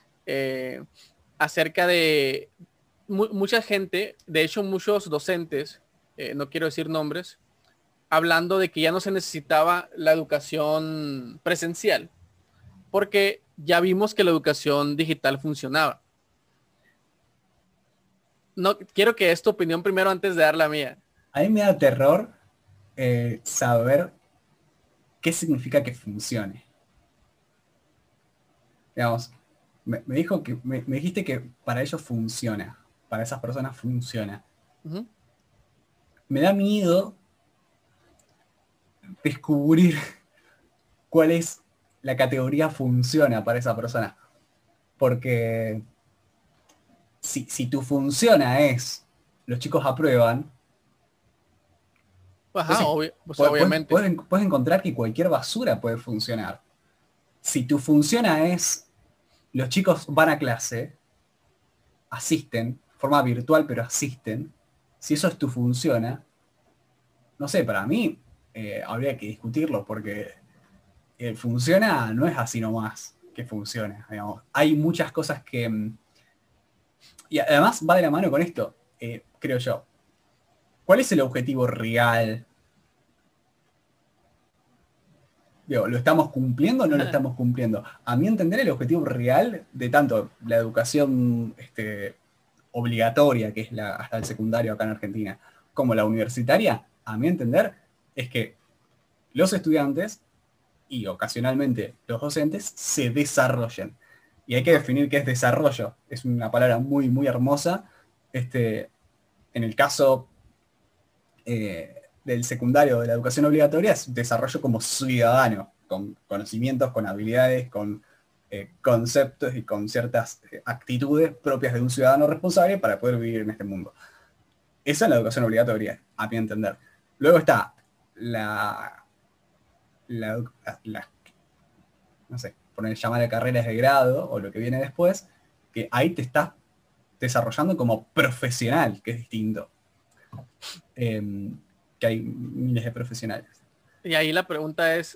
acerca de mucha gente, de hecho muchos docentes, no quiero decir nombres, hablando de que ya no se necesitaba la educación presencial, porque ya vimos que la educación digital funcionaba. No, quiero que es tu opinión primero antes de dar la mía. A mí me da terror saber qué significa que funcione. Digamos, me dijiste que para ellos funciona, para esas personas funciona. Uh-huh. Me da miedo descubrir cuál es la categoría funciona para esa persona. Porque si tu funciona es los chicos aprueban, ajá, pues obviamente. Puedes encontrar que cualquier basura puede funcionar. Si tu funciona es los chicos van a clase, asisten, de forma virtual, pero asisten, si eso es tu funciona, no sé, para mí habría que discutirlo porque funciona no es así nomás que funcione, digamos. Hay muchas cosas que... Y además va de la mano con esto, creo yo. ¿Cuál es el objetivo real? Digo, ¿lo estamos cumpliendo o no lo estamos cumpliendo? A mi entender, el objetivo real de tanto la educación obligatoria, que es hasta el secundario acá en Argentina, como la universitaria, a mi entender, es que los estudiantes y ocasionalmente los docentes se desarrollen. Y hay que definir qué es desarrollo. Es una palabra muy, muy hermosa. En el caso del secundario de la educación obligatoria, es desarrollo como ciudadano, con conocimientos, con habilidades, con conceptos y con ciertas actitudes propias de un ciudadano responsable para poder vivir en este mundo. Esa es la educación obligatoria, a mi entender. Luego está no sé, poner llamar a carreras de grado o lo que viene después, que ahí te estás desarrollando como profesional, que es distinto. Que hay miles de profesionales. Y ahí la pregunta es...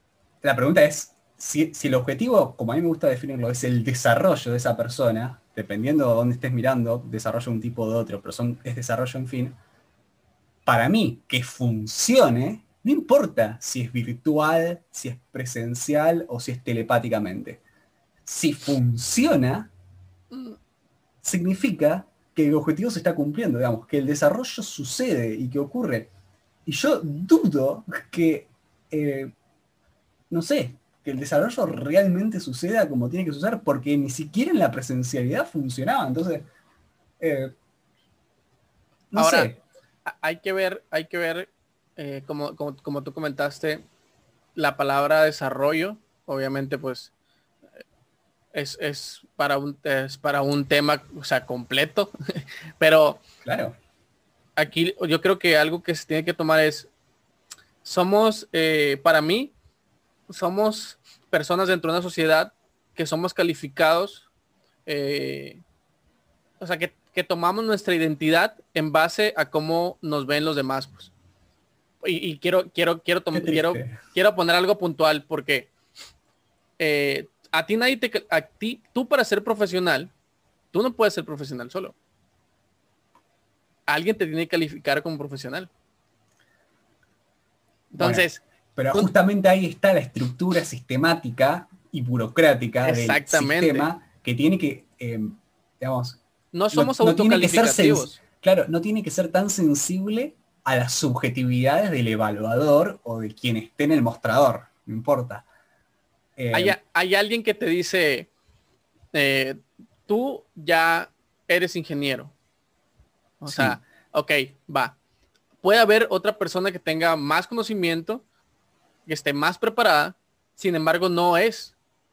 Si el objetivo, como a mí me gusta definirlo, es el desarrollo de esa persona, dependiendo de dónde estés mirando, desarrollo de un tipo o de otro, pero es desarrollo, en fin. Para mí, que funcione, no importa si es virtual, si es presencial o si es telepáticamente. Si funciona, significa que el objetivo se está cumpliendo, digamos, que el desarrollo sucede y que ocurre. Y yo dudo que, no sé, que el desarrollo realmente suceda como tiene que suceder, porque ni siquiera en la presencialidad funcionaba. Entonces, Eh, no Ahora, sé. hay que ver, como tú comentaste, la palabra desarrollo, obviamente, pues, es para un tema, o sea, completo, pero Claro. aquí yo creo que algo que se tiene que tomar es, para mí, somos personas dentro de una sociedad que somos calificados, eh, o sea, que tomamos nuestra identidad en base a cómo nos ven los demás, pues. Y Qué triste. quiero poner algo puntual porque a ti tú para ser profesional, tú no puedes ser profesional solo. Alguien te tiene que calificar como profesional. Bueno, Entonces, pero tú- justamente ahí está la estructura sistemática y burocrática del exactamente. sistema que tiene que, digamos, No no, somos no tiene que ser autocalificativos. claro, no tiene que ser tan sensible a las subjetividades del evaluador o de quien esté en el mostrador, no importa. Hay, Eh, hay alguien que te dice, eh, tú ya eres ingeniero. O sí, sea, ok, va. Puede haber otra persona que tenga más conocimiento, que esté más preparada, sin embargo no es,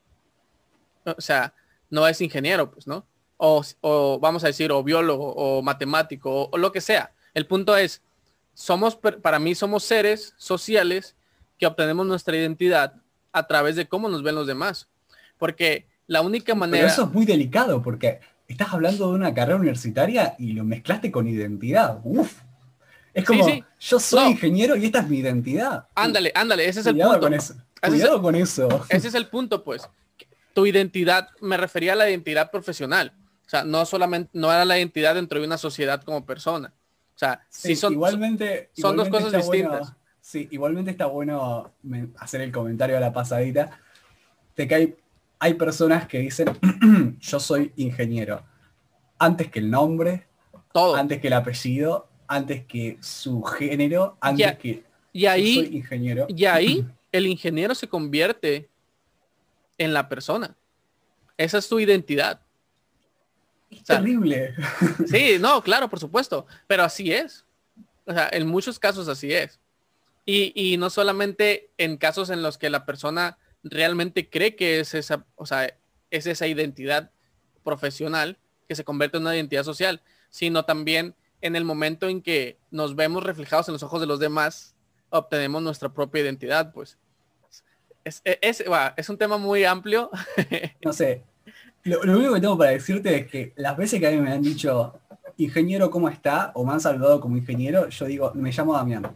o sea, no es ingeniero, pues, ¿no? O vamos a decir, o biólogo, o matemático, o lo que sea. El punto es, para mí somos seres sociales que obtenemos nuestra identidad a través de cómo nos ven los demás. Porque la única pero eso manera, es muy delicado porque estás hablando de una carrera universitaria y lo mezclaste con identidad. Uf, es sí, como, sí, yo soy no, ingeniero y esta es mi identidad. ándale, ándale, ese es el Cuidado con punto. eso. Ese es, Cuidado con eso. ese es el punto, pues. Tu identidad, me refería a la identidad profesional. O sea, no solamente, no era la identidad dentro de una sociedad como persona. O sea, sí Sí, son dos igualmente cosas está distintas. bueno. Sí, igualmente está bueno hacer el comentario a la pasadita de que hay personas que dicen yo soy ingeniero. Antes que el nombre, Todo. antes que el apellido, antes que su género, Y, antes que y yo soy ahí, ingeniero. y ahí el ingeniero se convierte en la persona. Esa es tu identidad. Es O sea, terrible. sí, no, claro, por supuesto, pero así es. O sea, en muchos casos así es. Y no solamente en casos en los que la persona realmente cree que es esa, o sea, es esa identidad profesional que se convierte en una identidad social, sino también en el momento en que nos vemos reflejados en los ojos de los demás, obtenemos nuestra propia identidad, pues. Es un tema muy amplio. No sé, lo único que tengo para decirte es que las veces que a mí me han dicho, ingeniero, ¿cómo está? O me han saludado como ingeniero, yo digo, me llamo Damián.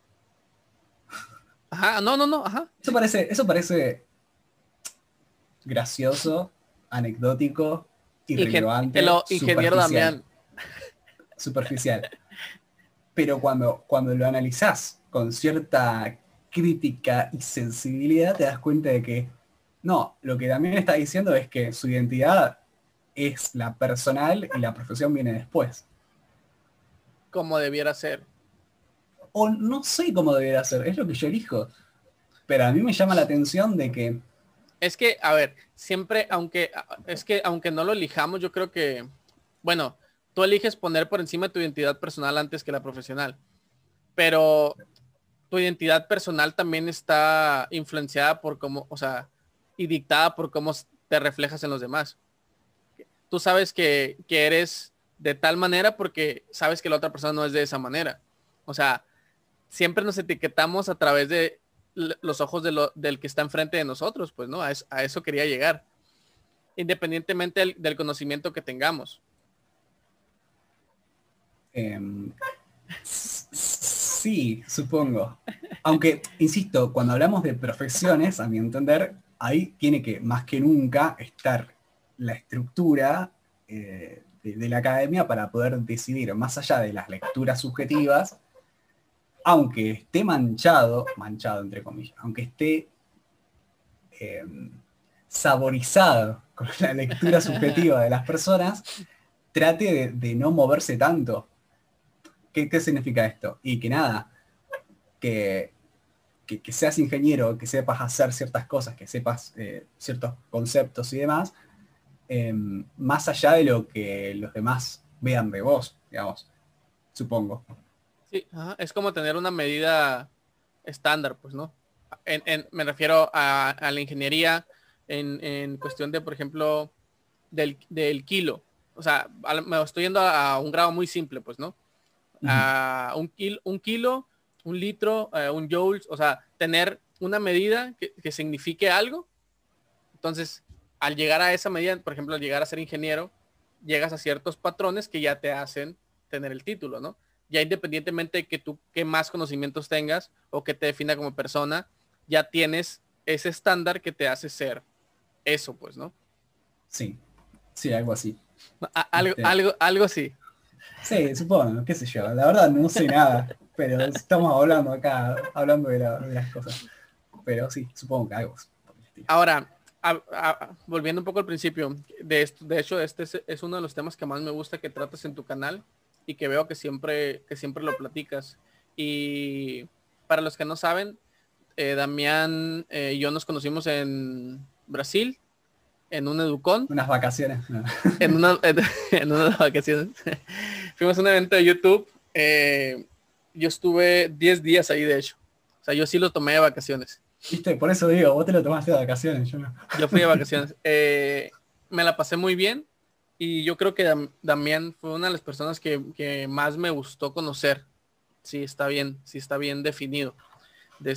Ajá, no, no, no, ajá. Eso parece gracioso, anecdótico, irrelevante, Ingeniero superficial. Damián. Superficial. Pero cuando lo analizás con cierta crítica y sensibilidad, te das cuenta de que no, lo que también está diciendo es que su identidad es la personal y la profesión viene después. Como debiera ser. O no sé cómo debería ser, es lo que yo elijo. Pero a mí me llama la atención de que, Es que, a ver, siempre, aunque no lo elijamos, yo creo que, bueno, tú eliges poner por encima tu identidad personal antes que la profesional, pero tu identidad personal también está influenciada por cómo, o sea, y dictada por cómo te reflejas en los demás. Tú sabes que eres de tal manera porque sabes que la otra persona no es de esa manera. O sea, siempre nos etiquetamos a través de los ojos del que está enfrente de nosotros, pues, ¿no? A eso quería llegar, independientemente del conocimiento que tengamos. em, sí, supongo. Aunque, insisto, cuando hablamos de profesiones, a mi entender, ahí tiene que, más que nunca, estar la estructura de la academia para poder decidir, más allá de las lecturas subjetivas, aunque esté manchado entre comillas, aunque esté eh, saborizado con la lectura subjetiva de las personas, trate de no moverse tanto. ¿Qué significa esto? Y que nada, que, que seas ingeniero, que sepas hacer ciertas cosas, que sepas ciertos conceptos y demás, más allá de lo que los demás vean de vos, digamos, supongo. Sí, ajá, es como tener una medida estándar, pues, ¿no? Me refiero a la ingeniería en cuestión de, por ejemplo, del kilo. O sea, me estoy yendo a un grado muy simple, pues, ¿no? Ujú. A un kilo, un litro, un joule, o sea, tener una medida que signifique algo. Entonces, al llegar a esa medida, por ejemplo, al llegar a ser ingeniero, llegas a ciertos patrones que ya te hacen tener el título, ¿no? Ya independientemente de que tú qué más conocimientos tengas o que te defina como persona, ya tienes ese estándar que te hace ser eso, pues, ¿no? Sí, sí, algo así. Algo, Este, algo, algo así. sí, supongo, qué sé yo. La verdad no sé nada, pero estamos hablando acá, hablando de las cosas. Pero sí, supongo que algo por el estilo. Ahora, volviendo un poco al principio de esto, de hecho, este es uno de los temas que más me gusta que tratas en tu canal y que veo que siempre lo platicas. Y para los que no saben, Damián y yo nos conocimos en Brasil, en un Educón, Unas vacaciones. No. en una, en una vacaciones. Fuimos a un evento de YouTube. Yo estuve 10 días ahí, de hecho. O sea, yo sí lo tomé de vacaciones. ¿Viste? Por eso digo, vos te lo tomaste de vacaciones, yo no. Yo fui de vacaciones. Me la pasé muy bien y yo creo que Damián fue una de las personas que más me gustó conocer. Sí está bien definido. De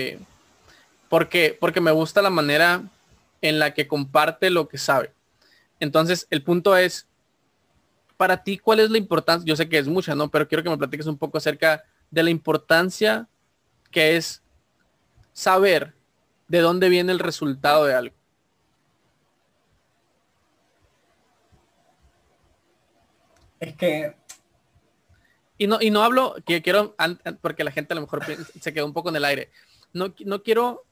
porque me gusta la manera en la que comparte lo que sabe. Entonces, el punto es, para ti, ¿cuál es la importancia? Yo sé que es mucha, ¿no? Pero quiero que me platiques un poco acerca de la importancia que es saber de dónde viene el resultado de algo. Es que, Y no hablo, que quiero, porque la gente a lo mejor se quedó un poco en el aire. No quiero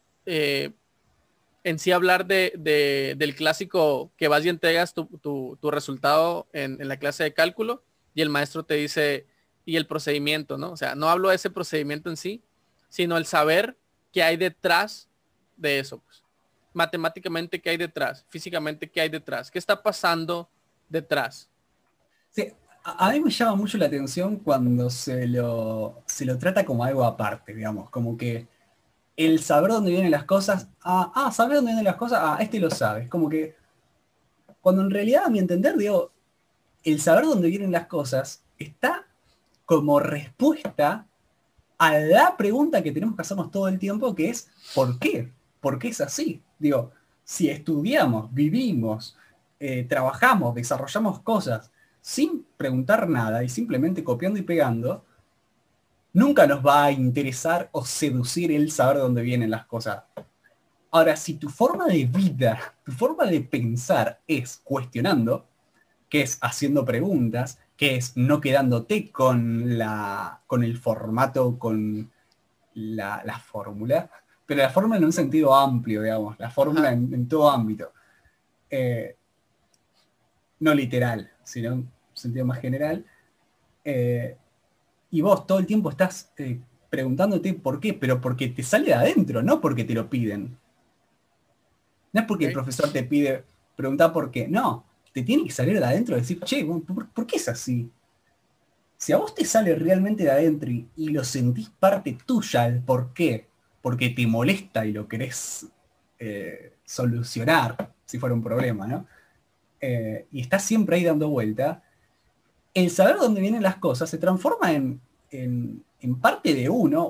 en sí hablar del clásico que vas y entregas tu resultado en la clase de cálculo y el maestro te dice, y el procedimiento, ¿no? O sea, no hablo de ese procedimiento en sí, sino el saber qué hay detrás de eso, pues. Matemáticamente, qué hay detrás, físicamente, qué hay detrás, qué está pasando detrás. sí, a mí me llama mucho la atención cuando se lo trata como algo aparte, digamos, como que el saber dónde vienen las cosas, saber dónde vienen las cosas, este lo sabe. Como que, cuando en realidad, a mi entender, digo, el saber dónde vienen las cosas está como respuesta a la pregunta que tenemos que hacernos todo el tiempo, que es ¿por qué? ¿Por qué es así? Digo, si estudiamos, vivimos, trabajamos, desarrollamos cosas sin preguntar nada y simplemente copiando y pegando, nunca nos va a interesar o seducir el saber dónde vienen las cosas. Ahora, si tu forma de vida, tu forma de pensar es cuestionando, que es haciendo preguntas, que es no quedándote con el formato, con la fórmula, pero la fórmula en un sentido amplio, digamos, la fórmula Ajá. en todo ámbito. Eh, no literal, sino en un sentido más general. Eh, y vos todo el tiempo estás preguntándote por qué, pero porque te sale de adentro, no porque te lo piden. No es porque el Okay. profesor te pide preguntar por qué, no, te tiene que salir de adentro y decir, che, bueno, ¿por qué es así? Si a vos te sale realmente de adentro y lo sentís parte tuya, el por qué, porque te molesta y lo querés solucionar, si fuera un problema, ¿no? Y estás siempre ahí dando vuelta, el saber dónde vienen las cosas se transforma en parte de uno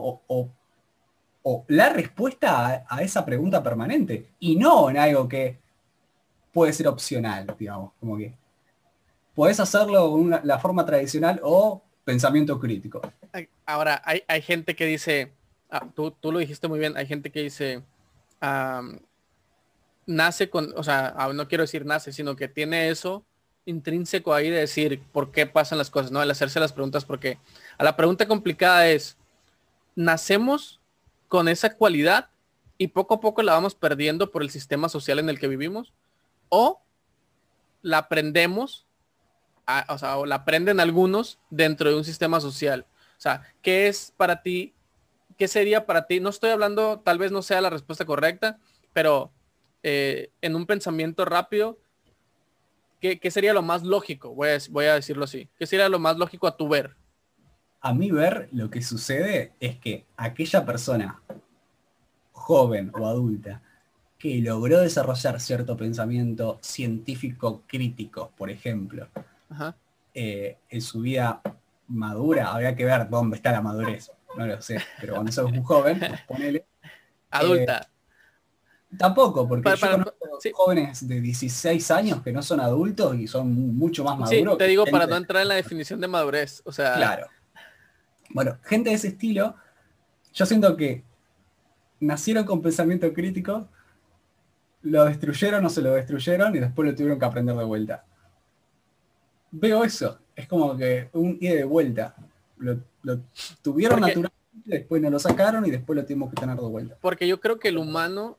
o la respuesta a esa pregunta permanente y no en algo que puede ser opcional, digamos, como que podés hacerlo con la forma tradicional o pensamiento crítico. Ahora, hay gente que dice, tú lo dijiste muy bien, hay gente que dice, am, nace con, o sea, no quiero decir nace, sino que tiene eso intrínseco ahí de decir por qué pasan las cosas, ¿no? Al hacerse las preguntas, porque a la pregunta complicada es, ¿nacemos con esa cualidad y poco a poco la vamos perdiendo por el sistema social en el que vivimos? ¿O la aprendemos, o sea, o la aprenden algunos dentro de un sistema social? O sea, ¿qué es para ti? ¿Qué sería para ti? No estoy hablando, tal vez no sea la respuesta correcta, pero en un pensamiento rápido, ¿Qué sería lo más lógico? Voy a decirlo así. ¿Qué sería lo más lógico a tu ver? A mi ver, lo que sucede es que aquella persona joven o adulta que logró desarrollar cierto pensamiento científico crítico, por ejemplo, Ajá. En su vida madura, habría que ver dónde está la madurez, no lo sé, pero cuando sos un joven, pues ponele, Adulta. tampoco, porque yo conozco Sí, jóvenes de 16 años que no son adultos y son mucho más sí, maduros te que digo para no gente, entrar en la definición de madurez. O sea, claro. Bueno, gente de ese estilo, yo siento que nacieron con pensamiento crítico, lo destruyeron o se lo destruyeron y después lo tuvieron que aprender de vuelta. Veo eso, es como que un ida de vuelta. Lo tuvieron porque, naturalmente, después no lo sacaron y después lo tuvimos que tener de vuelta. porque yo creo que el humano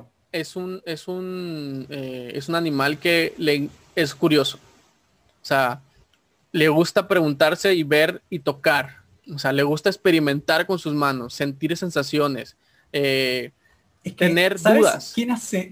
es un animal que es curioso. O sea, le gusta preguntarse y ver y tocar. O sea, le gusta experimentar con sus manos, sentir sensaciones, Es que, tener ¿sabes dudas.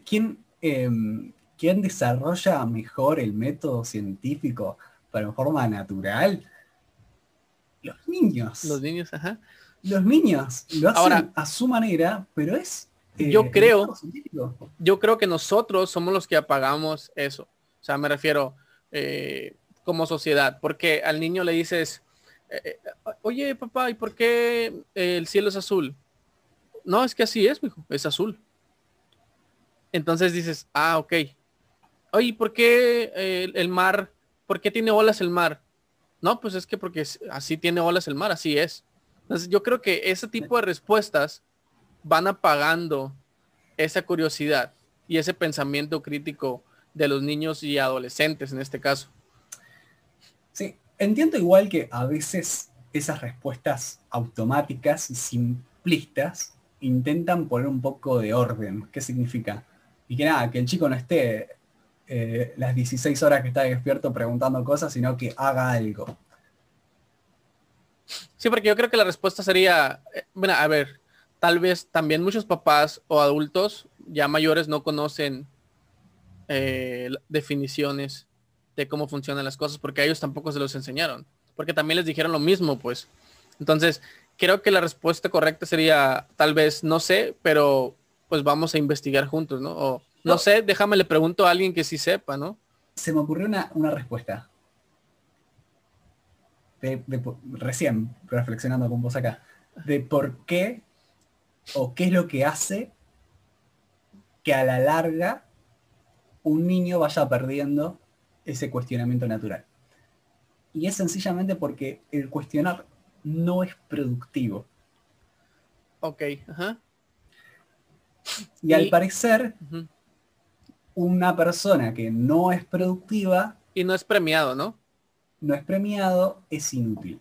quién desarrolla mejor el método científico pero en forma natural? Los Los niños. niños, ajá. Los niños lo Ahora, hacen a su manera, pero es yo el método creo, científico. yo creo que nosotros somos los que apagamos eso. O sea, me refiero como sociedad, porque al niño le dices, oye papá, ¿y por qué el cielo es azul? No, es que así es, mijo, es azul. Entonces dices, ah, ok. Oye, ¿por qué el mar, por qué tiene olas el mar? No, pues es que porque así tiene olas el mar, así es. Entonces yo creo que ese tipo de respuestas van apagando esa curiosidad y ese pensamiento crítico de los niños y adolescentes en este caso. Sí, entiendo igual que a veces esas respuestas automáticas y simplistas intentan poner un poco de orden. ¿Qué significa? Y que nada, que el chico no esté las 16 horas que está despierto preguntando cosas, sino que haga algo. Sí, porque yo creo que la respuesta sería, bueno, a ver, tal vez también muchos papás o adultos ya mayores no conocen definiciones de cómo funcionan las cosas porque a ellos tampoco se los enseñaron, porque también les dijeron lo mismo, pues. Entonces, creo que la respuesta correcta sería, tal vez, no sé, pero pues vamos a investigar juntos, ¿no? O no No, sé, déjame le pregunto a alguien que sí sepa, ¿no? se me ocurrió una respuesta. Recién reflexionando con vos acá. De por qué o qué es lo que hace que a la larga un niño vaya perdiendo ese cuestionamiento natural. Y es sencillamente porque el cuestionar no es productivo. Ok, ajá. Y al Y, parecer, ujú, una persona que no es productiva, y no es premiado, ¿no? no es premiado, es inútil.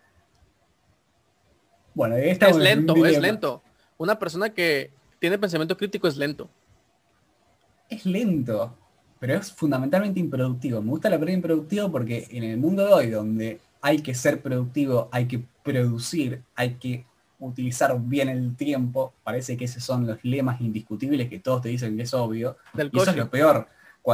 Bueno, ahí Es estamos en un lento, es dilema. lento. Una persona que tiene pensamiento crítico es lento. Es lento, pero es fundamentalmente improductivo. Me gusta la palabra improductivo porque en el mundo de hoy, donde hay que ser productivo, hay que producir, hay que utilizar bien el tiempo, parece que esos son los lemas indiscutibles que todos te dicen que es obvio. Del Y eso es coche. lo peor.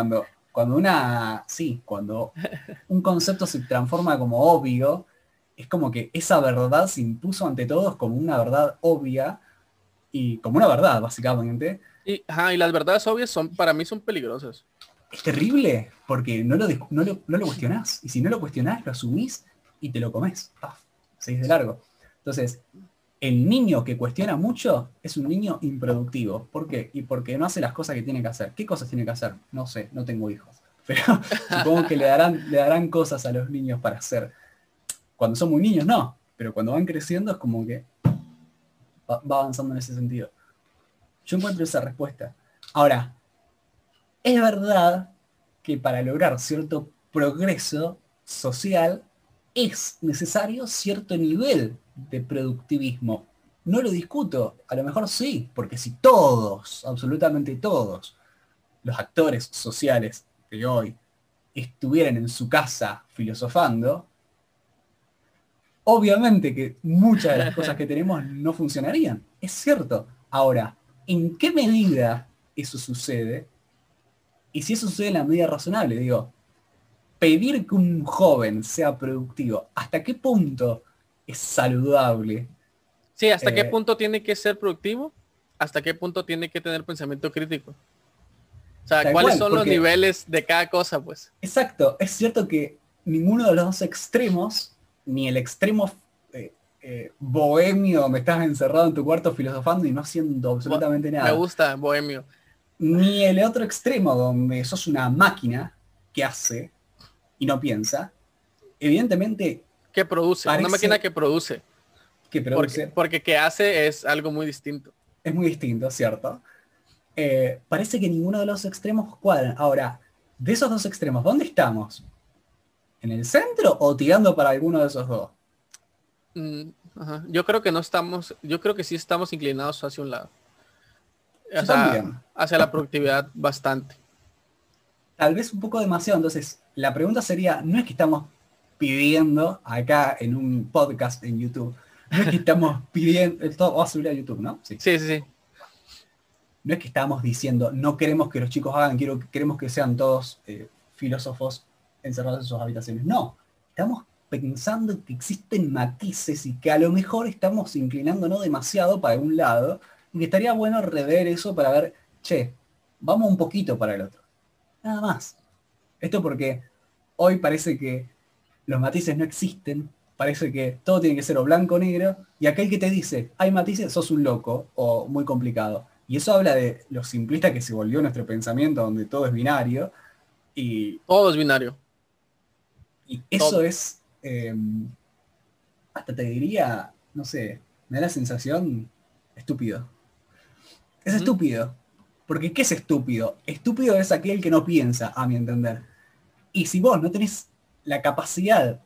Cuando un concepto se transforma como obvio, es como que esa verdad se impuso ante todos como una verdad obvia y como una verdad, básicamente. Y, ajá, y las verdades obvias son, para mí son peligrosas. Es terrible porque no lo cuestionás. Y si no lo cuestionás, lo asumís y te lo comés. Paf, seguís de largo. Entonces, el niño que cuestiona mucho es un niño improductivo. ¿Por qué? Y porque no hace las cosas que tiene que hacer. ¿Qué cosas tiene que hacer? No sé, no tengo hijos. Pero supongo que le darán cosas a los niños para hacer. Cuando son muy niños, no. Pero cuando van creciendo es como que va avanzando en ese sentido. Yo encuentro esa respuesta. Ahora, es verdad que para lograr cierto progreso social es necesario cierto nivel de productivismo. No lo discuto, a lo mejor sí, porque si todos, absolutamente todos, los actores sociales de hoy estuvieran en su casa filosofando, obviamente que muchas de las cosas que tenemos no funcionarían. Es cierto. Ahora, ¿en qué medida eso sucede? Y si eso sucede en la medida razonable, digo, pedir que un joven sea productivo, ¿hasta qué punto es saludable? Sí, ¿hasta qué punto tiene que ser productivo? ¿Hasta qué punto tiene que tener pensamiento crítico? O sea, Tal ¿cuáles cual, son los porque, niveles de cada cosa, pues? exacto, es cierto que ninguno de los dos extremos, ni el extremo bohemio, me estás encerrado en tu cuarto filosofando y no haciendo absolutamente Me nada, gusta, bohemio. ni el otro extremo donde sos una máquina que hace y no piensa, evidentemente Que produce, una máquina parece que produce. que Porque, produce, porque que hace es algo muy distinto. es muy distinto, ¿cierto? Parece que ninguno de los extremos cuadran. Ahora, de esos dos extremos, ¿dónde estamos? ¿En el centro o tirando para alguno de esos dos? Ajá. Yo creo que no estamos, yo creo que sí estamos inclinados hacia un lado. O Yo sea, también. hacia la productividad bastante. Tal vez un poco demasiado. Entonces, la pregunta sería, no es que estamos pidiendo acá en un podcast en YouTube, no es que estamos pidiendo, esto va a subir a YouTube, ¿no? Sí. Sí, sí, sí. No es que estamos diciendo, no queremos que los chicos hagan, queremos que sean todos filósofos encerrados en sus habitaciones. No, estamos pensando que existen matices y que a lo mejor estamos inclinándonos demasiado para un lado y que estaría bueno rever eso para ver, che, vamos un poquito para el otro. Nada más. Esto porque hoy parece que los matices no existen, parece que todo tiene que ser o blanco o negro, y aquel que te dice, hay matices, sos un loco o muy complicado. Y eso habla de lo simplista que se volvió nuestro pensamiento, donde todo es binario, y, Todo es binario. y eso Todo. es, hasta te diría, no sé, me da la sensación estúpido. Es Ujú. estúpido. Porque ¿qué es estúpido? Estúpido es aquel que no piensa, a mi entender. Y si vos no tenés la capacidad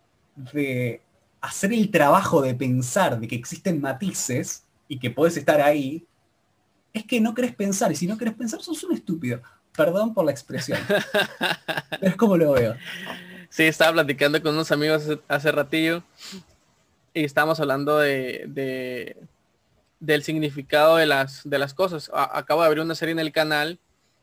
de hacer el trabajo de pensar de que existen matices y que podés estar ahí, es que no querés pensar. Y si no querés pensar, sos un estúpido. Perdón por la expresión. Pero es como lo veo. Sí, estaba platicando con unos amigos hace ratillo y estábamos hablando del significado de las cosas. Acabo de abrir una serie en el canal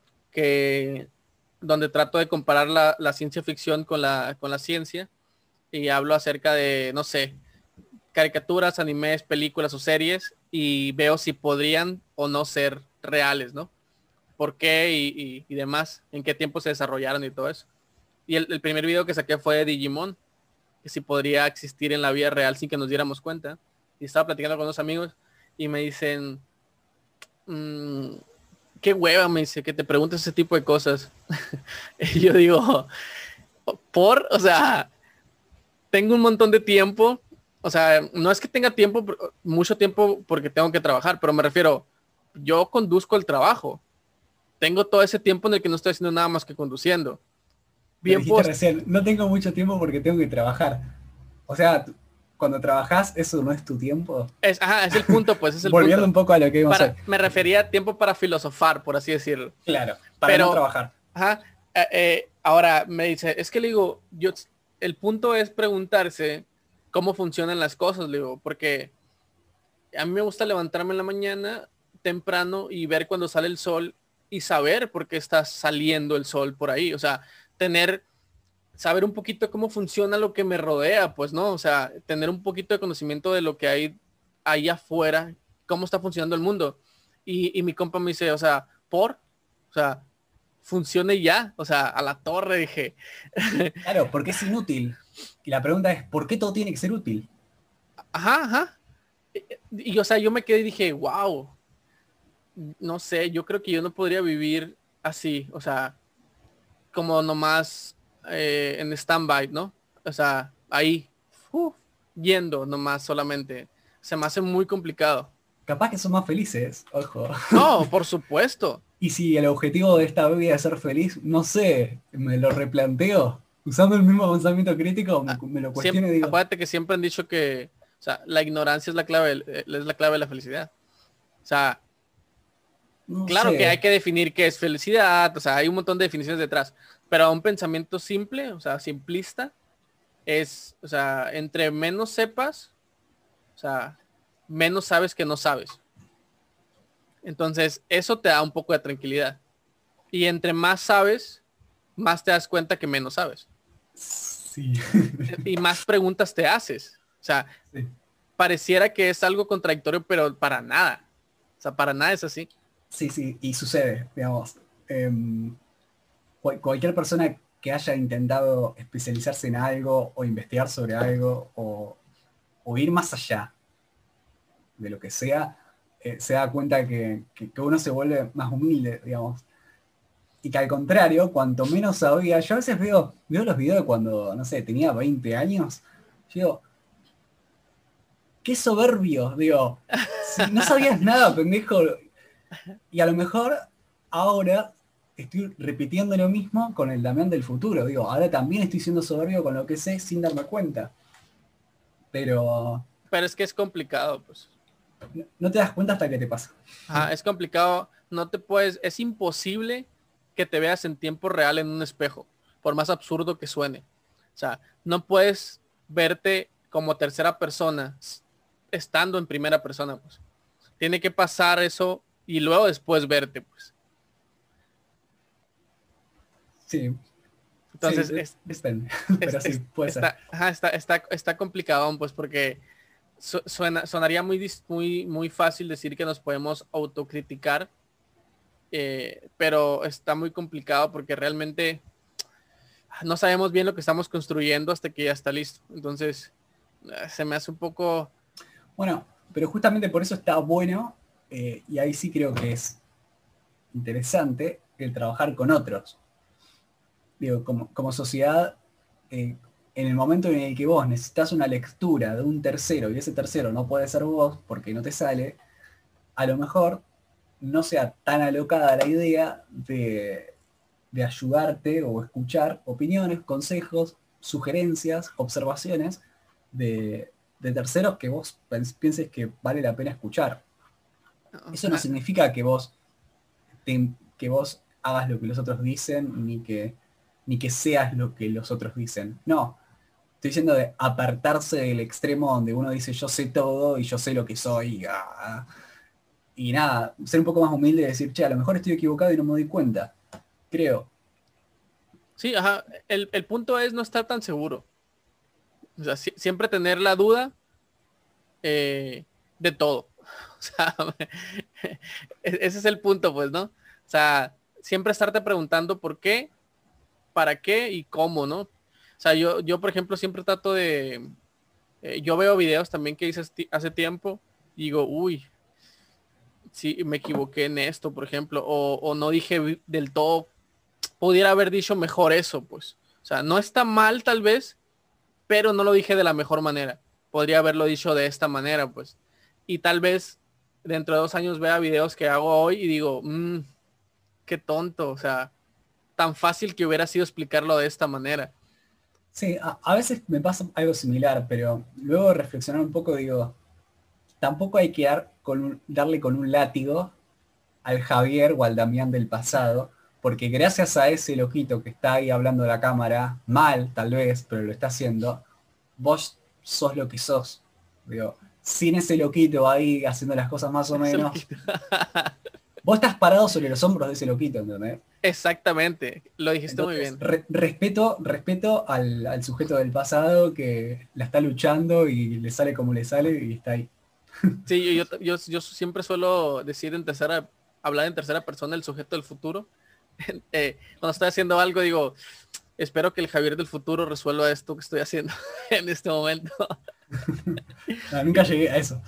que donde trato de comparar la ciencia ficción con la ciencia y hablo acerca de, no sé, caricaturas, animes, películas o series y veo si podrían o no ser reales, ¿no? ¿Por qué y demás? ¿En qué tiempo se desarrollaron y todo eso? Y el primer video que saqué fue de Digimon, que si podría existir en la vida real sin que nos diéramos cuenta. Y estaba platicando con unos amigos y me dicen, "Mm, qué hueva", me dice, que te preguntes ese tipo de cosas. Y yo digo, o sea, tengo un montón de tiempo. O sea, no es que tenga tiempo, mucho tiempo porque tengo que trabajar, pero me refiero, yo conduzco el trabajo. Tengo todo ese tiempo en el que no estoy haciendo nada más que conduciendo. Lo Bien dijiste post. recién, no tengo mucho tiempo porque tengo que trabajar. O sea, cuando trabajás, eso no es tu tiempo. Ajá, es el punto, pues es el Volviendo punto. un poco a lo que vimos hoy. Me refería a tiempo para filosofar, por así decirlo. Claro, para no Pero, trabajar. ajá, ahora me dice, es que le digo, el punto es preguntarse cómo funcionan las cosas, le digo, porque a mí me gusta levantarme en la mañana temprano y ver cuando sale el sol y saber por qué está saliendo el sol por ahí. O sea, saber un poquito cómo funciona lo que me rodea, pues, ¿no? O sea, tener un poquito de conocimiento de lo que hay ahí afuera, cómo está funcionando el mundo. Y mi compa me dice, o sea, o sea, funcione ya, o sea, a la torre, dije. Claro, porque es inútil. Y la pregunta es, ¿por qué todo tiene que ser útil? Ajá, ajá. O sea, yo me quedé y dije, wow, no sé, yo creo que yo no podría vivir así, o sea, como nomás en stand-by, ¿no? O sea, ahí, yendo nomás solamente. Se me hace muy complicado. Capaz que son más felices, ojo. No, por supuesto. Y si el objetivo de esta vida es ser feliz, no sé, me lo replanteo. Usando el mismo pensamiento crítico, me lo Siempre, cuestiono y digo, acuérdate que siempre han dicho que, o sea, la ignorancia es la clave de la felicidad. O sea, no claro que hay sé. que definir qué es felicidad, o sea, hay un montón de definiciones detrás, pero un pensamiento simple, o sea, simplista, o sea, entre menos sepas, o sea, menos sabes que no sabes. Entonces, eso te da un poco de tranquilidad. Y entre más sabes, más te das cuenta que menos sabes. Sí. y más preguntas te haces. O sea, Sí, pareciera que es algo contradictorio, pero para nada. O sea, para nada es así. sí, sí, y sucede, digamos. Cualquier persona que haya intentado especializarse en algo o investigar sobre algo o ir más allá de lo que sea, se da cuenta que uno se vuelve más humilde, digamos. Y que al contrario, cuanto menos sabía, yo a veces veo los videos de cuando, no sé, tenía 20 años, yo digo, qué soberbio, digo, si no sabías nada, pendejo, y a lo mejor ahora estoy repitiendo lo mismo con el Damián del futuro, digo, ahora también estoy siendo soberbio con lo que sé sin darme cuenta, pero Pero es que es complicado, pues. no te das cuenta hasta que te pasa. Ajá, es complicado. No te puedes, es imposible que te veas en tiempo real en un espejo, por más absurdo que suene. O sea, no puedes verte como tercera persona estando en primera persona, pues. Tiene que pasar eso y luego después verte, pues. Sí, sí, Entonces, depende, pero sí, puede ser. está, ajá, está complicado, pues, porque sonaría muy fácil decir que nos podemos autocriticar, pero está muy complicado porque realmente no sabemos bien lo que estamos construyendo hasta que ya está listo. Entonces, se me hace un poco... Bueno, pero justamente por eso está bueno, y ahí sí creo que es interesante el trabajar con otros. Digo, como sociedad, en el momento en el que vos necesitas una lectura de un tercero y ese tercero no puede ser vos porque no te sale, a lo mejor no sea tan alocada la idea de ayudarte o escuchar opiniones, consejos, sugerencias, observaciones de terceros que vos pienses que vale la pena escuchar. Eso no significa que vos hagas lo que los otros dicen, ni que seas lo que los otros dicen. No, estoy diciendo de apartarse del extremo donde uno dice yo sé todo y yo sé lo que soy. Y nada, ser un poco más humilde y decir, che, a lo mejor estoy equivocado y no me doy cuenta. Creo. Sí, ajá. El punto es no estar tan seguro. O sea, siempre tener la duda de todo. O sea, ese es el punto, pues, ¿no? O sea, siempre estarte preguntando por qué, para qué y cómo, ¿no? O sea, yo por ejemplo, siempre trato de... yo veo videos también que hice hace tiempo y digo, uy, sí, me equivoqué en esto, por ejemplo, o no dije del todo, pudiera haber dicho mejor eso, pues. O sea, no está mal tal vez, pero no lo dije de la mejor manera. Podría haberlo dicho de esta manera, pues. Y tal vez dentro de 2 años vea videos que hago hoy y digo, qué tonto, o sea, tan fácil que hubiera sido explicarlo de esta manera. Sí, a veces me pasa algo similar, pero luego de reflexionar un poco digo, tampoco hay que darle con un látigo al Javier o al Damián del pasado, porque gracias a ese loquito que está ahí hablando de la cámara, mal tal vez, pero lo está haciendo, vos sos lo que sos. Digo, sin ese loquito ahí haciendo las cosas más o Eso lo menos, quito. vos estás parado sobre los hombros de ese loquito, ¿entendés? Exactamente, lo dijiste muy Entonces, bien. respeto al sujeto del pasado que la está luchando y le sale como le sale y está ahí. Sí, yo siempre suelo decir hablar en tercera persona el sujeto del futuro. Cuando estoy haciendo algo digo, espero que el Javier del futuro resuelva esto que estoy haciendo en este momento. No, nunca llegué a eso.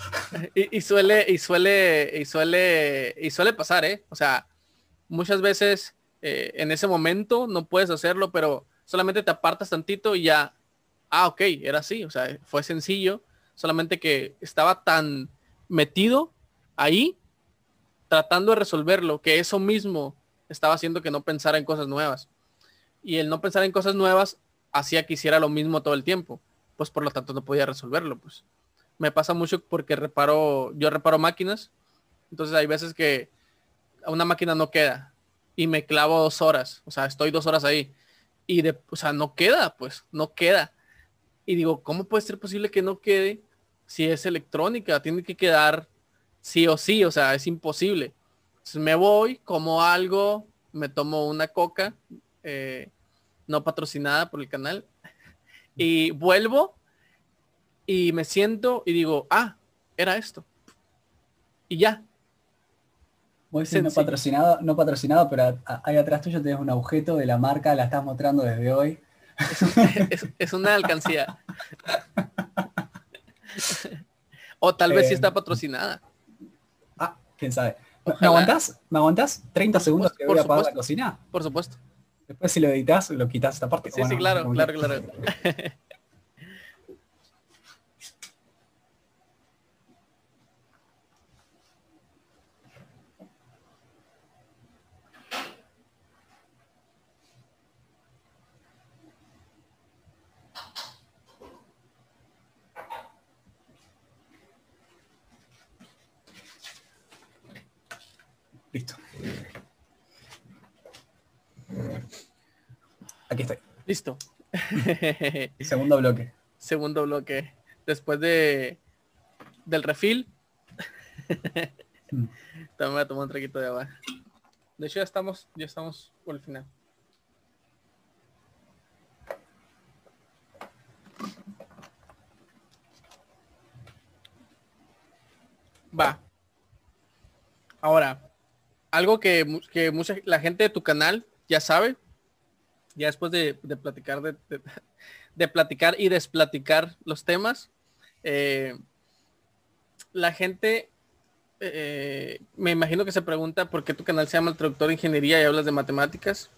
Y suele pasar, ¿eh? O sea, muchas veces en ese momento no puedes hacerlo, pero solamente te apartas tantito y ya, ok, era así, o sea, fue sencillo, solamente que estaba tan metido ahí tratando de resolverlo, que eso mismo estaba haciendo que no pensara en cosas nuevas. Y el no pensar en cosas nuevas hacía que hiciera lo mismo todo el tiempo, pues por lo tanto no podía resolverlo, pues. Me pasa mucho porque yo reparo máquinas, entonces hay veces que una máquina no queda y me clavo 2 horas, o sea, estoy 2 horas ahí y o sea, no queda, pues, no queda. Y digo, ¿cómo puede ser posible que no quede si es electrónica? Tiene que quedar sí o sí, o sea, es imposible. Entonces me voy, como algo, me tomo una coca, no patrocinada por el canal, Y vuelvo y me siento y digo, ah, era esto. Y ya. Vos decís no patrocinado, pero ahí atrás tuyo tenés un objeto de la marca, la estás mostrando desde hoy. Es una alcancía. O tal vez sí está patrocinada. Quién sabe. Ojalá. ¿Me aguantás 30 segundos que voy a apagar la cocina? Por supuesto. Después si lo editas, lo quitas esta parte. Sí, sí, claro. Listo. Aquí estoy. Listo. Segundo bloque. Segundo bloque. Después del refill. También voy a tomar un traguito de agua. De hecho ya estamos por el final. Va. Ahora, algo que la gente de tu canal ya sabe, ya después de platicar de platicar y desplaticar los temas, la gente me imagino que se pregunta por qué tu canal se llama El Traductor de Ingeniería y hablas de matemáticas.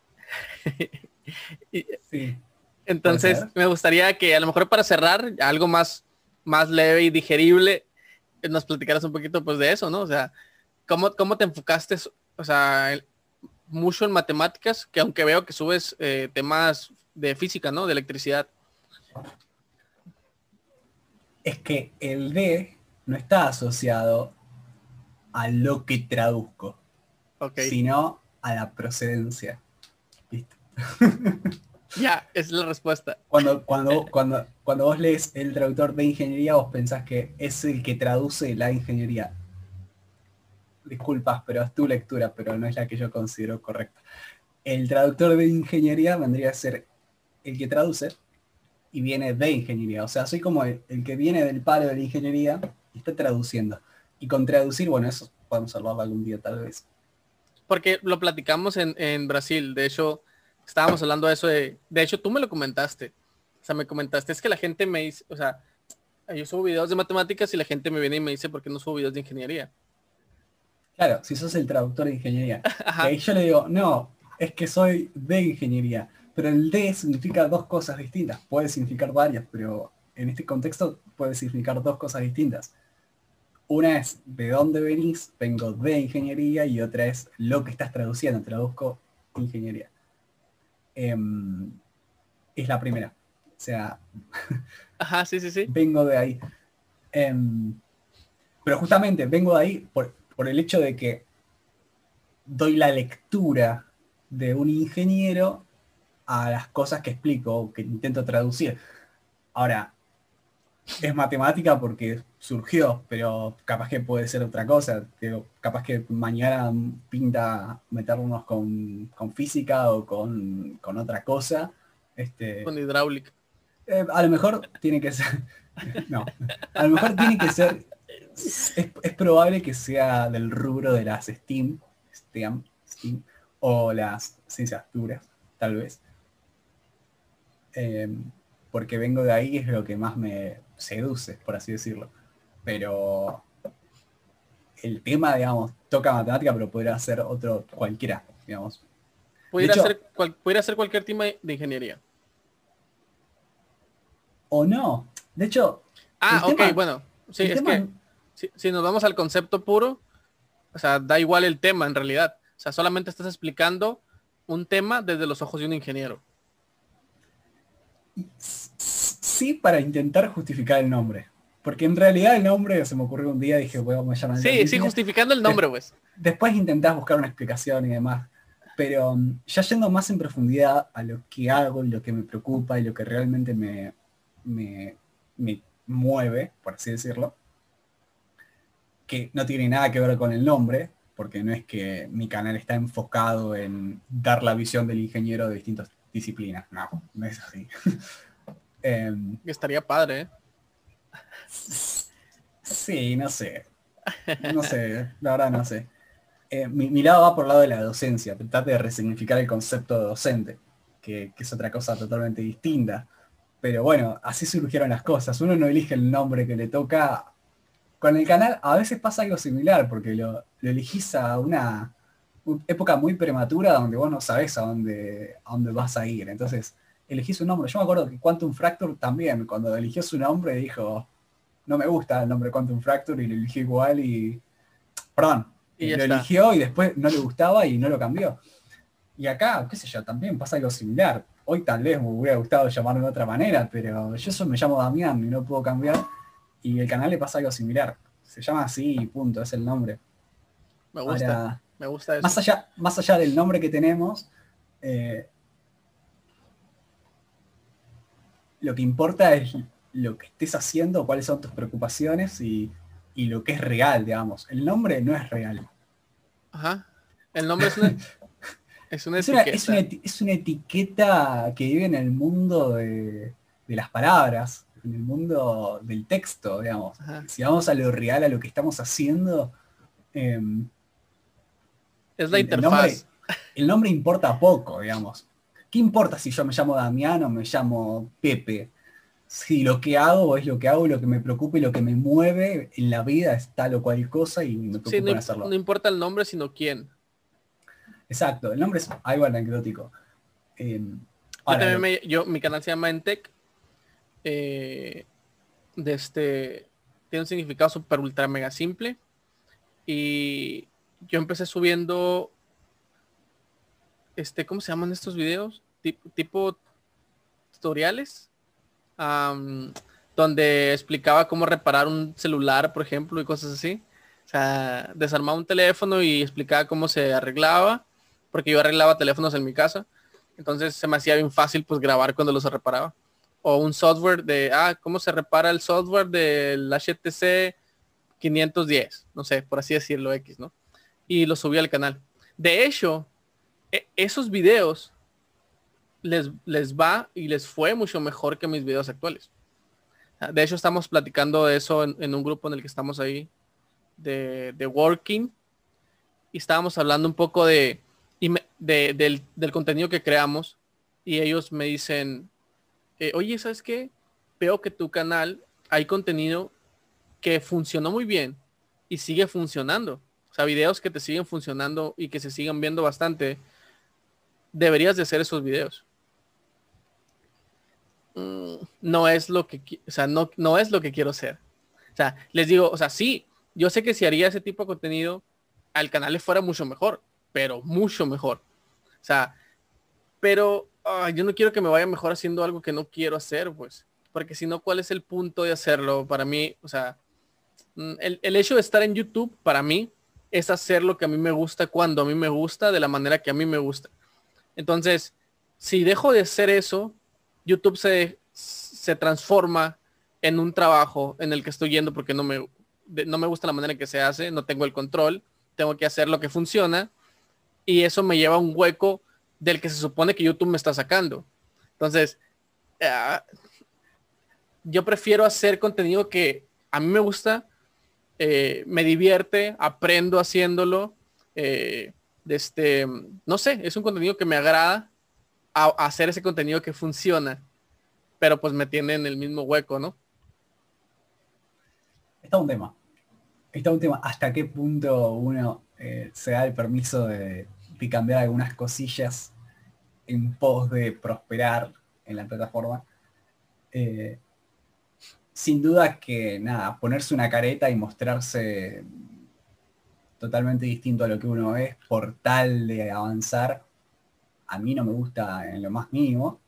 Sí. Entonces me gustaría que a lo mejor para cerrar algo más leve y digerible nos platicaras un poquito pues de eso, ¿no? O sea, ¿cómo te enfocaste, o sea, mucho en matemáticas, que aunque veo que subes temas de física, ¿no? De electricidad. Es que el D no está asociado a lo que traduzco, sino a la procedencia. ¿Listo? Ya, es la respuesta. Cuando vos lees El Traductor de Ingeniería, vos pensás que es el que traduce la ingeniería. Disculpas, pero es tu lectura, pero no es la que yo considero correcta. El traductor de ingeniería vendría a ser el que traduce y viene de ingeniería. O sea, soy como el que viene del palo de la ingeniería y está traduciendo. Y con traducir, bueno, eso podemos hablarlo algún día tal vez. Porque lo platicamos en Brasil. De hecho, estábamos hablando de eso. De hecho, tú me lo comentaste. O sea, me comentaste, es que la gente me dice, o sea, yo subo videos de matemáticas y la gente me viene y me dice, ¿por qué no subo videos de ingeniería? Claro, si sos el traductor de ingeniería. Y ahí yo le digo, no, es que soy de ingeniería. Pero el de significa dos cosas distintas. Puede significar varias, pero en este contexto puede significar dos cosas distintas. Una es de dónde venís, vengo de ingeniería, y otra es lo que estás traduciendo, traduzco ingeniería. Es la primera. O sea, ajá, sí. Vengo de ahí. Pero justamente vengo de ahí por el hecho de que doy la lectura de un ingeniero a las cosas que explico o que intento traducir. Ahora, es matemática porque surgió, pero capaz que puede ser otra cosa. Capaz que mañana pinta meternos con física o con otra cosa. Con hidráulica. A lo mejor tiene que ser... no, a lo mejor tiene que ser... Es probable que sea del rubro de las STEAM, o las ciencias duras, tal vez. Porque vengo de ahí, es lo que más me seduce, por así decirlo. Pero el tema, digamos, toca matemática, pero podría ser otro cualquiera, digamos. Pudiera ser cualquier tema de ingeniería. O no. De hecho... bueno. Sí, es que si nos vamos al concepto puro, o sea, da igual el tema en realidad. O sea, solamente estás explicando un tema desde los ojos de un ingeniero. Sí, para intentar justificar el nombre. Porque en realidad el nombre se me ocurrió un día, dije, bueno, me llaman. Sí, justificando el nombre, pues. Después intentás buscar una explicación y demás. Pero ya yendo más en profundidad a lo que hago y lo que me preocupa y lo que realmente me mueve, por así decirlo, que no tiene nada que ver con el nombre, porque no es que mi canal está enfocado en dar la visión del ingeniero de distintas disciplinas. No es así. Que estaría padre, ¿eh? Sí, no sé. No sé, la verdad no sé. Mi lado va por el lado de la docencia, tratar de resignificar el concepto de docente, que es otra cosa totalmente distinta. Pero bueno, así surgieron las cosas. Uno no elige el nombre que le toca. Con el canal a veces pasa algo similar, porque lo elegís a una época muy prematura donde vos no sabés a dónde vas a ir. Entonces, elegís un nombre. Yo me acuerdo que Quantum Fracture también, cuando eligió su nombre, dijo, no me gusta el nombre Quantum Fracture y lo elegí igual y... Perdón, Y ya lo está. eligió y después no le gustaba y no lo cambió. Y acá, qué sé yo, también pasa algo similar. Hoy tal vez me hubiera gustado llamarme de otra manera, pero yo solo me llamo Damián y no puedo cambiar. Y el canal le pasa algo similar. Se llama así y punto, es el nombre. Me gusta. Ahora, Me gusta eso. más allá del nombre que tenemos, eh, lo que importa es lo que estés haciendo, cuáles son tus preocupaciones y lo que es real, digamos. El nombre no es real. Ajá. El nombre es una etiqueta. Es una etiqueta que vive en el mundo de las palabras, en el mundo del texto, digamos. Ajá. Si vamos a lo real, a lo que estamos haciendo, eh, Es la el interfaz. nombre importa poco, digamos. ¿Qué importa si yo me llamo Damián o me llamo Pepe? Si lo que hago es lo que hago, lo que me preocupa y lo que me mueve en la vida es tal o cual cosa y me Sí, no, preocupa en no hacerlo. importa el nombre, sino quién. Exacto, el nombre es algo anecdótico. Eh, Yo ahora, también mi canal se llama Entech. eh, Tiene un significado super ultra mega simple. Y yo empecé subiendo, ¿cómo se llaman estos videos? Tipo tutoriales, am, donde explicaba cómo reparar un celular, por ejemplo, y cosas así. O sea, desarmaba un teléfono y explicaba cómo se arreglaba, porque yo arreglaba teléfonos en mi casa. Entonces se me hacía bien fácil pues grabar cuando los reparaba. O un software de, cómo se repara el software del HTC 510, no sé, por así decirlo, X, ¿no? Y lo subí al canal. De hecho, esos videos les va y les fue mucho mejor que mis videos actuales. De hecho, estamos platicando de eso en un grupo en el que estamos ahí de Working y estábamos hablando un poco del contenido que creamos y ellos me dicen, oye, ¿sabes qué? Veo que tu canal hay contenido que funcionó muy bien y sigue funcionando. O sea, videos que te siguen funcionando y que se siguen viendo bastante. Deberías de hacer esos videos. No es lo que, o sea, no es lo que quiero hacer. O sea, les digo, o sea, sí, yo sé que si haría ese tipo de contenido, al canal le fuera mucho mejor, pero mucho mejor. O sea, pero yo no quiero que me vaya mejor haciendo algo que no quiero hacer, pues. Porque si no, ¿cuál es el punto de hacerlo? Para mí, o sea, el hecho de estar en YouTube, para mí, es hacer lo que a mí me gusta cuando a mí me gusta, de la manera que a mí me gusta. Entonces, si dejo de hacer eso, YouTube se transforma en un trabajo en el que estoy yendo porque no me gusta la manera en que se hace, no tengo el control, tengo que hacer lo que funciona y eso me lleva a un hueco del que se supone que YouTube me está sacando. Entonces, uh, yo prefiero hacer contenido que a mí me gusta, me divierte, aprendo haciéndolo. eh, no sé, es un contenido que me agrada a hacer ese contenido que funciona, pero pues me tiene en el mismo hueco, ¿no? está un tema. Está un tema. ¿Hasta qué punto uno se da el permiso de cambiar algunas cosillas en pos de prosperar en la plataforma? Eh, Sin duda que, nada, ponerse una careta y mostrarse totalmente distinto a lo que uno es por tal de avanzar, a mí no me gusta en lo más mínimo.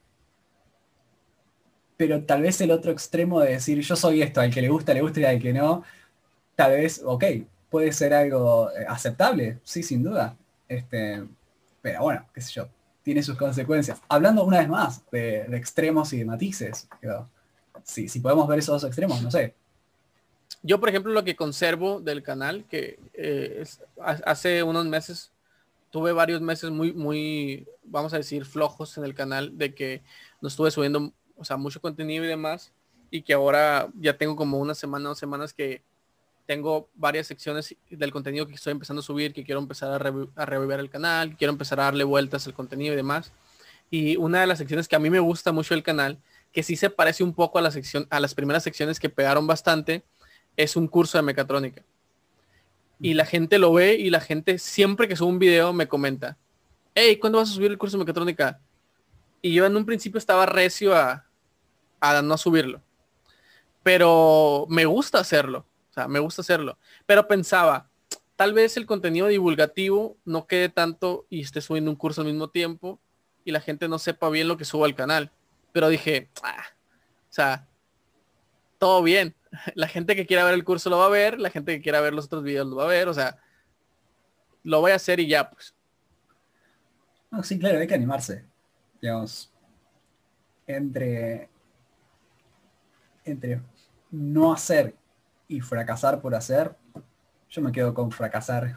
Pero tal vez el otro extremo de decir yo soy esto, al que le gusta y al que no, tal vez, ok, puede ser algo aceptable, sí, sin duda. Pero bueno, qué sé yo, tiene sus consecuencias. Hablando una vez más de extremos y de matices, digo, sí, si podemos ver esos dos extremos, no sé. Yo, por ejemplo, lo que conservo del canal, que hace unos meses, tuve varios meses muy, muy, vamos a decir, flojos en el canal, de que no estuve subiendo, o sea, mucho contenido y demás, y que ahora ya tengo como una semana, 2 semanas que tengo varias secciones del contenido que estoy empezando a subir, que quiero empezar a revivir el canal, que quiero empezar a darle vueltas al contenido y demás. Y una de las secciones que a mí me gusta mucho del canal, que sí se parece un poco a a las primeras secciones que pegaron bastante, es un curso de mecatrónica. Y la gente lo ve y la gente siempre que subo un video me comenta, hey, ¿cuándo vas a subir el curso de mecatrónica? Y yo en un principio estaba recio a no subirlo. Pero me gusta hacerlo. O sea, me gusta hacerlo. Pero pensaba, tal vez el contenido divulgativo no quede tanto y esté subiendo un curso al mismo tiempo y la gente no sepa bien lo que subo al canal. Pero dije, o sea, todo bien. La gente que quiera ver el curso lo va a ver, la gente que quiera ver los otros videos lo va a ver, o sea, lo voy a hacer y ya, pues. No, sí, claro, hay que animarse. Digamos, entre, entre no hacer y fracasar por hacer, yo me quedo con fracasar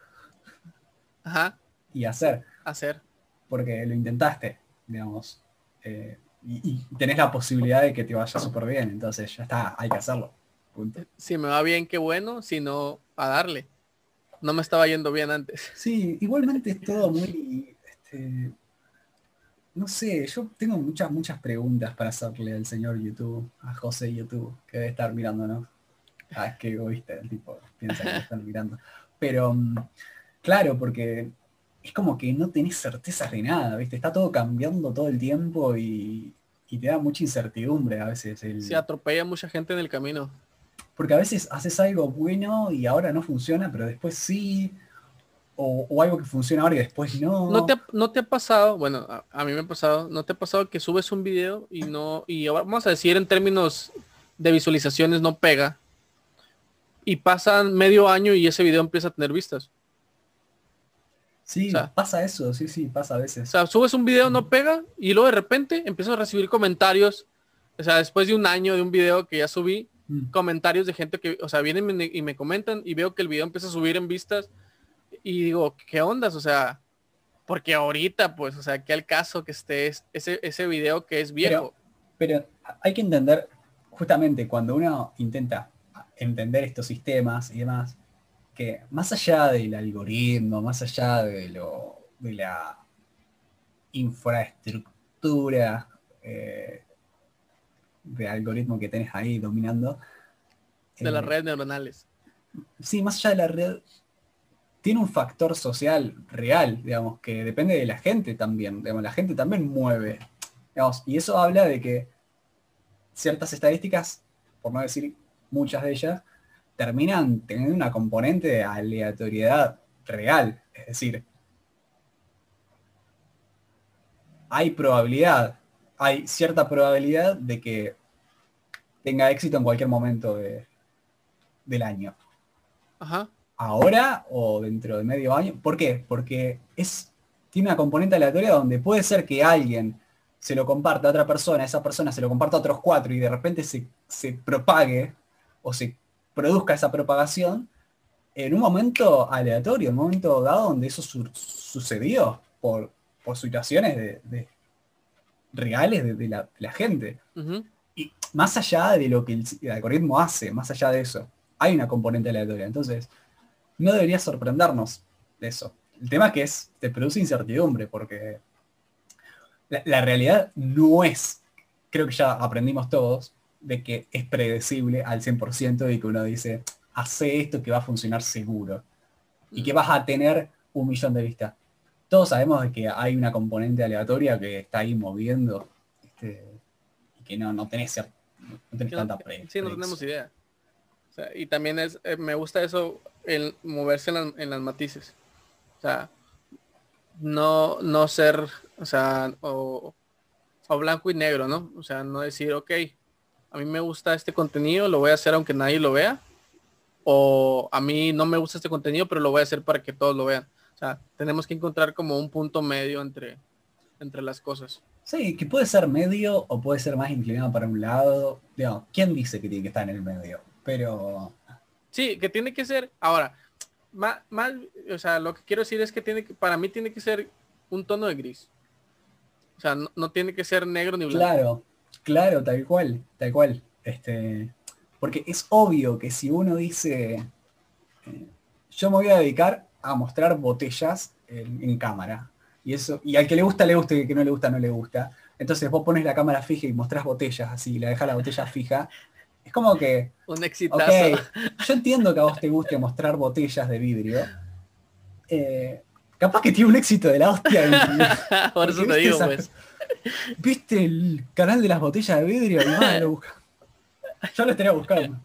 Ajá, y hacer, hacer. porque lo intentaste, digamos, y tenés la posibilidad de que te vaya súper bien, entonces ya está, hay que hacerlo. Punto. Si me va bien, qué bueno, si no, a darle. No me estaba yendo bien antes. Sí, igualmente es todo muy, no sé, yo tengo muchas preguntas para hacerle al señor YouTube, a José YouTube, que debe estar mirándonos. Ah, es que egoísta, el tipo piensa que lo están mirando. Pero, claro, porque es como que no tenés certezas de nada, ¿viste? Está todo cambiando todo el tiempo y te da mucha incertidumbre a veces. Se atropella mucha gente en el camino. Porque a veces haces algo bueno y ahora no funciona, pero después sí. O algo que funciona ahora y después no. No te ha pasado? Bueno, a mí me ha pasado. ¿No te ha pasado que subes un video y no, y ahora vamos a decir en términos de visualizaciones no pega? Y pasan medio año y ese video empieza a tener vistas. O Sí, sea, pasa eso, sí, pasa a o veces. sea, subes un video, no pega, y luego de repente empiezas a recibir comentarios. O sea, después de un año de un video que ya subí, Mm. comentarios de gente que, o sea, vienen y me comentan y veo que el video empieza a subir en vistas y digo, ¿qué ondas? O sea, porque ahorita, pues, o sea, que al caso que esté ese video que es Pero, viejo. pero hay que entender, justamente cuando uno intenta entender estos sistemas y demás, que más allá del algoritmo, más allá de la infraestructura de algoritmo que tenés ahí dominando, De las eh, redes neuronales. sí, más allá de la red, tiene un factor social real, digamos, que depende de la gente también. Digamos, la gente también mueve. Digamos, y eso habla de que ciertas estadísticas, por no decir muchas de ellas, terminan teniendo una componente de aleatoriedad real. Es decir, hay cierta probabilidad de que tenga éxito en cualquier momento del año. Ajá. Ahora o dentro de medio año. ¿Por qué? Porque tiene una componente aleatoria donde puede ser que alguien se lo comparta a otra persona, esa persona se lo comparta a otros 4 y de repente se propague o se produzca esa propagación en un momento aleatorio, en un momento dado donde eso sucedió por situaciones reales de la gente. Uh-huh. Y más allá de lo que el algoritmo hace, más allá de eso, hay una componente aleatoria. Entonces, no debería sorprendernos de eso. El tema es que te produce incertidumbre, porque la realidad no es, creo que ya aprendimos todos, de que es predecible al 100% y que uno dice, hace esto que va a funcionar seguro y que vas a tener 1 millón de vistas. Todos sabemos de que hay una componente aleatoria que está ahí moviendo y que no tenés, no tenés tanta Sí, no tenemos idea. O sea, y también me gusta eso, el moverse en las matices. O sea, no ser, o sea, o blanco y negro, ¿no? O sea, no decir, ok, a mí me gusta este contenido, lo voy a hacer aunque nadie lo vea. O a mí no me gusta este contenido, pero lo voy a hacer para que todos lo vean. O sea, tenemos que encontrar como un punto medio entre las cosas. Sí, que puede ser medio o puede ser más inclinado para un lado. Digamos, ¿quién dice que tiene que estar en el medio? Pero Sí, que tiene que ser, ahora, más, o sea, lo que quiero decir es que para mí tiene que ser un tono de gris. O sea, no tiene que ser negro ni blanco. claro, Claro, tal cual, tal cual. Porque es obvio que si uno dice, yo me voy a dedicar a mostrar botellas en cámara, y eso, y al que le gusta, y al que no le gusta, no le gusta. Entonces vos pones la cámara fija y mostrás botellas así, y la dejás la botella fija. Es como que, Un ok, exitazo. yo entiendo que a vos te guste mostrar botellas de vidrio. Capaz que tiene un éxito de la hostia. Por Porque eso te digo, pues. ¿viste el canal de las botellas de vidrio? Y más lo busca. Yo lo estaría buscando.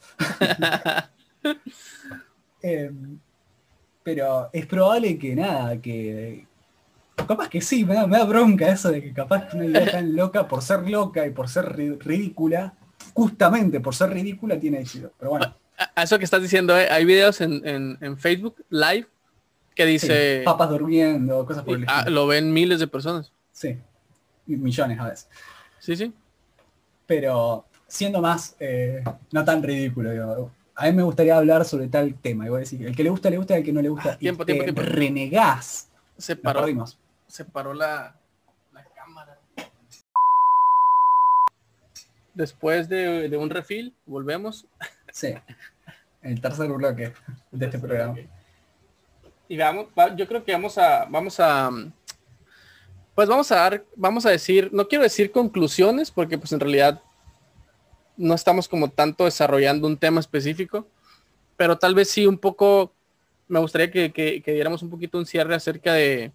Pero es probable que nada, que capaz que sí, me da bronca eso de que capaz que una idea tan loca por ser loca y por ser ridícula, justamente por ser ridícula tiene éxito. Pero bueno. A eso que estás diciendo, hay videos en Facebook Live que dice... Sí, papas durmiendo, cosas por el estilo. Lo ven miles de personas. Sí, millones a veces. Sí, sí. Pero siendo más, no tan ridículo, digo, a mí me gustaría hablar sobre tal tema. Y voy a decir, el que le gusta, el que no le gusta. Tiempo. Renegás. Se paró la cámara. Después de un refill, volvemos. Sí, el tercer bloque de este programa. Y yo creo que vamos a decir, no quiero decir conclusiones, porque pues en realidad no estamos como tanto desarrollando un tema específico, pero tal vez sí un poco, me gustaría que diéramos un poquito un cierre acerca de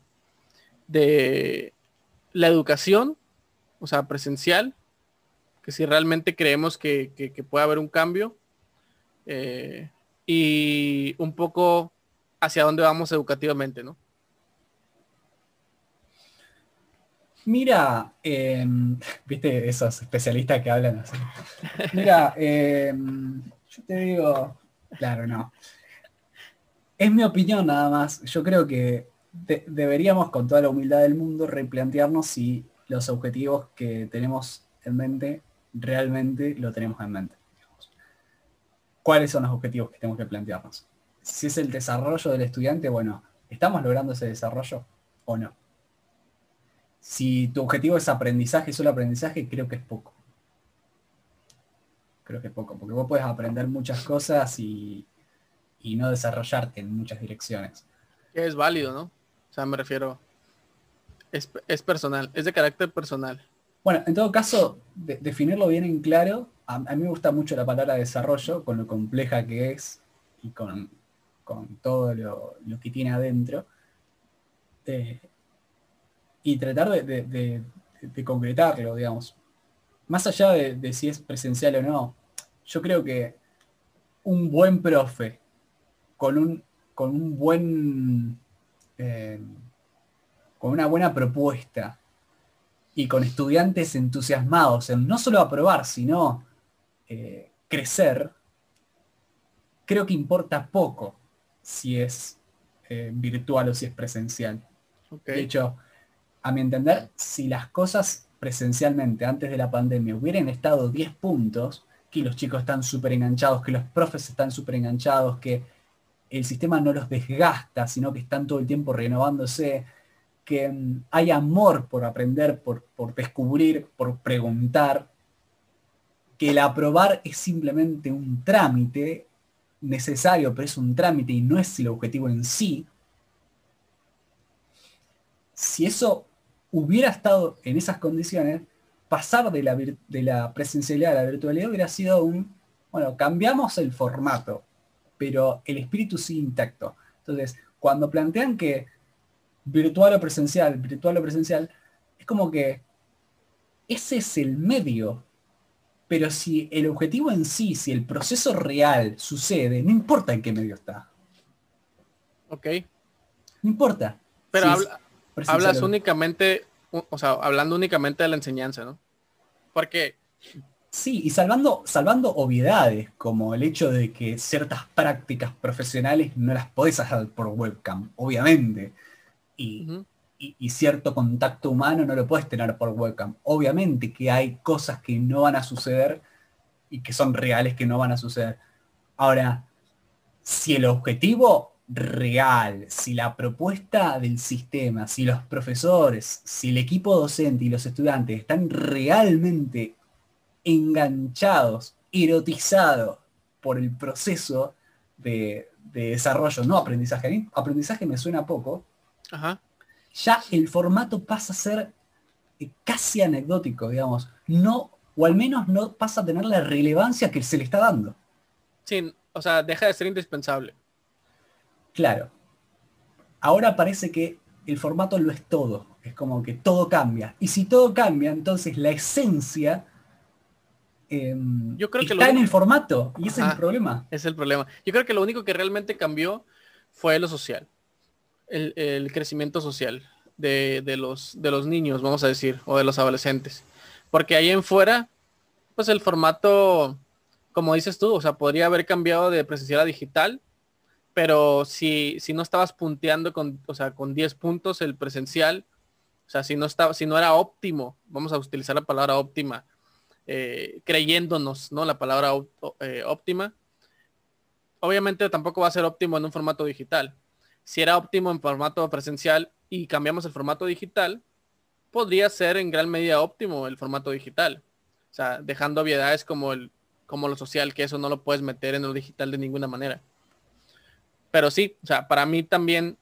la educación, o sea, presencial, que si realmente creemos que puede haber un cambio, y un poco hacia dónde vamos educativamente, ¿no? Mira, viste esos especialistas que hablan así. Mira, yo te digo, claro, no. Es mi opinión nada más. Yo creo que deberíamos, con toda la humildad del mundo, replantearnos si los objetivos que tenemos en mente realmente lo tenemos en mente. ¿Cuáles son los objetivos que tenemos que plantearnos? Si es el desarrollo del estudiante, bueno, ¿estamos logrando ese desarrollo o no? Si tu objetivo es aprendizaje, solo aprendizaje, creo que es poco. Creo que es poco, porque vos puedes aprender muchas cosas y no desarrollarte en muchas direcciones. Que es válido, ¿no? O sea, me refiero, es personal, es de carácter personal. Bueno, en todo caso, definirlo bien en claro, a mí me gusta mucho la palabra desarrollo, con lo compleja que es y con todo lo que tiene adentro. Y tratar de concretarlo, digamos. Más allá de si es presencial o no, yo creo que un buen profe con un buen con una buena propuesta y con estudiantes entusiasmados en no solo aprobar, sino crecer, creo que importa poco si es virtual o si es presencial. Okay. De hecho, a mi entender, si las cosas presencialmente antes de la pandemia hubieran estado 10 puntos, que los chicos están súper enganchados, que los profes están súper enganchados, que el sistema no los desgasta, sino que están todo el tiempo renovándose, que hay amor por aprender, por descubrir, por preguntar, que el aprobar es simplemente un trámite necesario, pero es un trámite y no es el objetivo en sí. Si eso hubiera estado en esas condiciones, pasar de la presencialidad a la virtualidad hubiera sido bueno, cambiamos el formato, pero el espíritu sigue intacto. Entonces, cuando plantean que virtual o presencial, es como que ese es el medio. Pero si el objetivo en sí, si el proceso real sucede, no importa en qué medio está. Ok. No importa. Pero si hablas únicamente, o sea, hablando únicamente de la enseñanza, ¿no? Porque... Sí, y salvando obviedades, como el hecho de que ciertas prácticas profesionales no las podés hacer por webcam, obviamente. Y cierto contacto humano no lo puedes tener por webcam. Obviamente que hay cosas que no van a suceder y que son reales que no van a suceder. Ahora, si el objetivo real, si la propuesta del sistema, si los profesores, si el equipo docente y los estudiantes están realmente enganchados, erotizados por el proceso de desarrollo, no aprendizaje. A mí aprendizaje me suena poco. Ajá. Ya el formato pasa a ser casi anecdótico, digamos. No, o al menos no pasa a tener la relevancia que se le está dando. Sí, o sea, deja de ser indispensable. Claro. Ahora parece que el formato lo es todo. Es como que todo cambia. Y si todo cambia, entonces la esencia Yo creo que está en el formato. Y ese es el Ajá, problema. es el problema. Yo creo que lo único que realmente cambió fue lo social. El crecimiento social de los niños, vamos a decir, o de los adolescentes. Porque ahí en fuera, pues el formato, como dices tú, o sea, podría haber cambiado de presencial a digital, pero si no estabas punteando con, o sea, con 10 puntos el presencial, o sea, si no era óptimo, vamos a utilizar la palabra óptima, creyéndonos, ¿no? La palabra óptima, obviamente tampoco va a ser óptimo en un formato digital. Si era óptimo en formato presencial y cambiamos el formato digital, podría ser en gran medida óptimo el formato digital. O sea, dejando obviedades como lo social, que eso no lo puedes meter en lo digital de ninguna manera. Pero sí, o sea, para mí también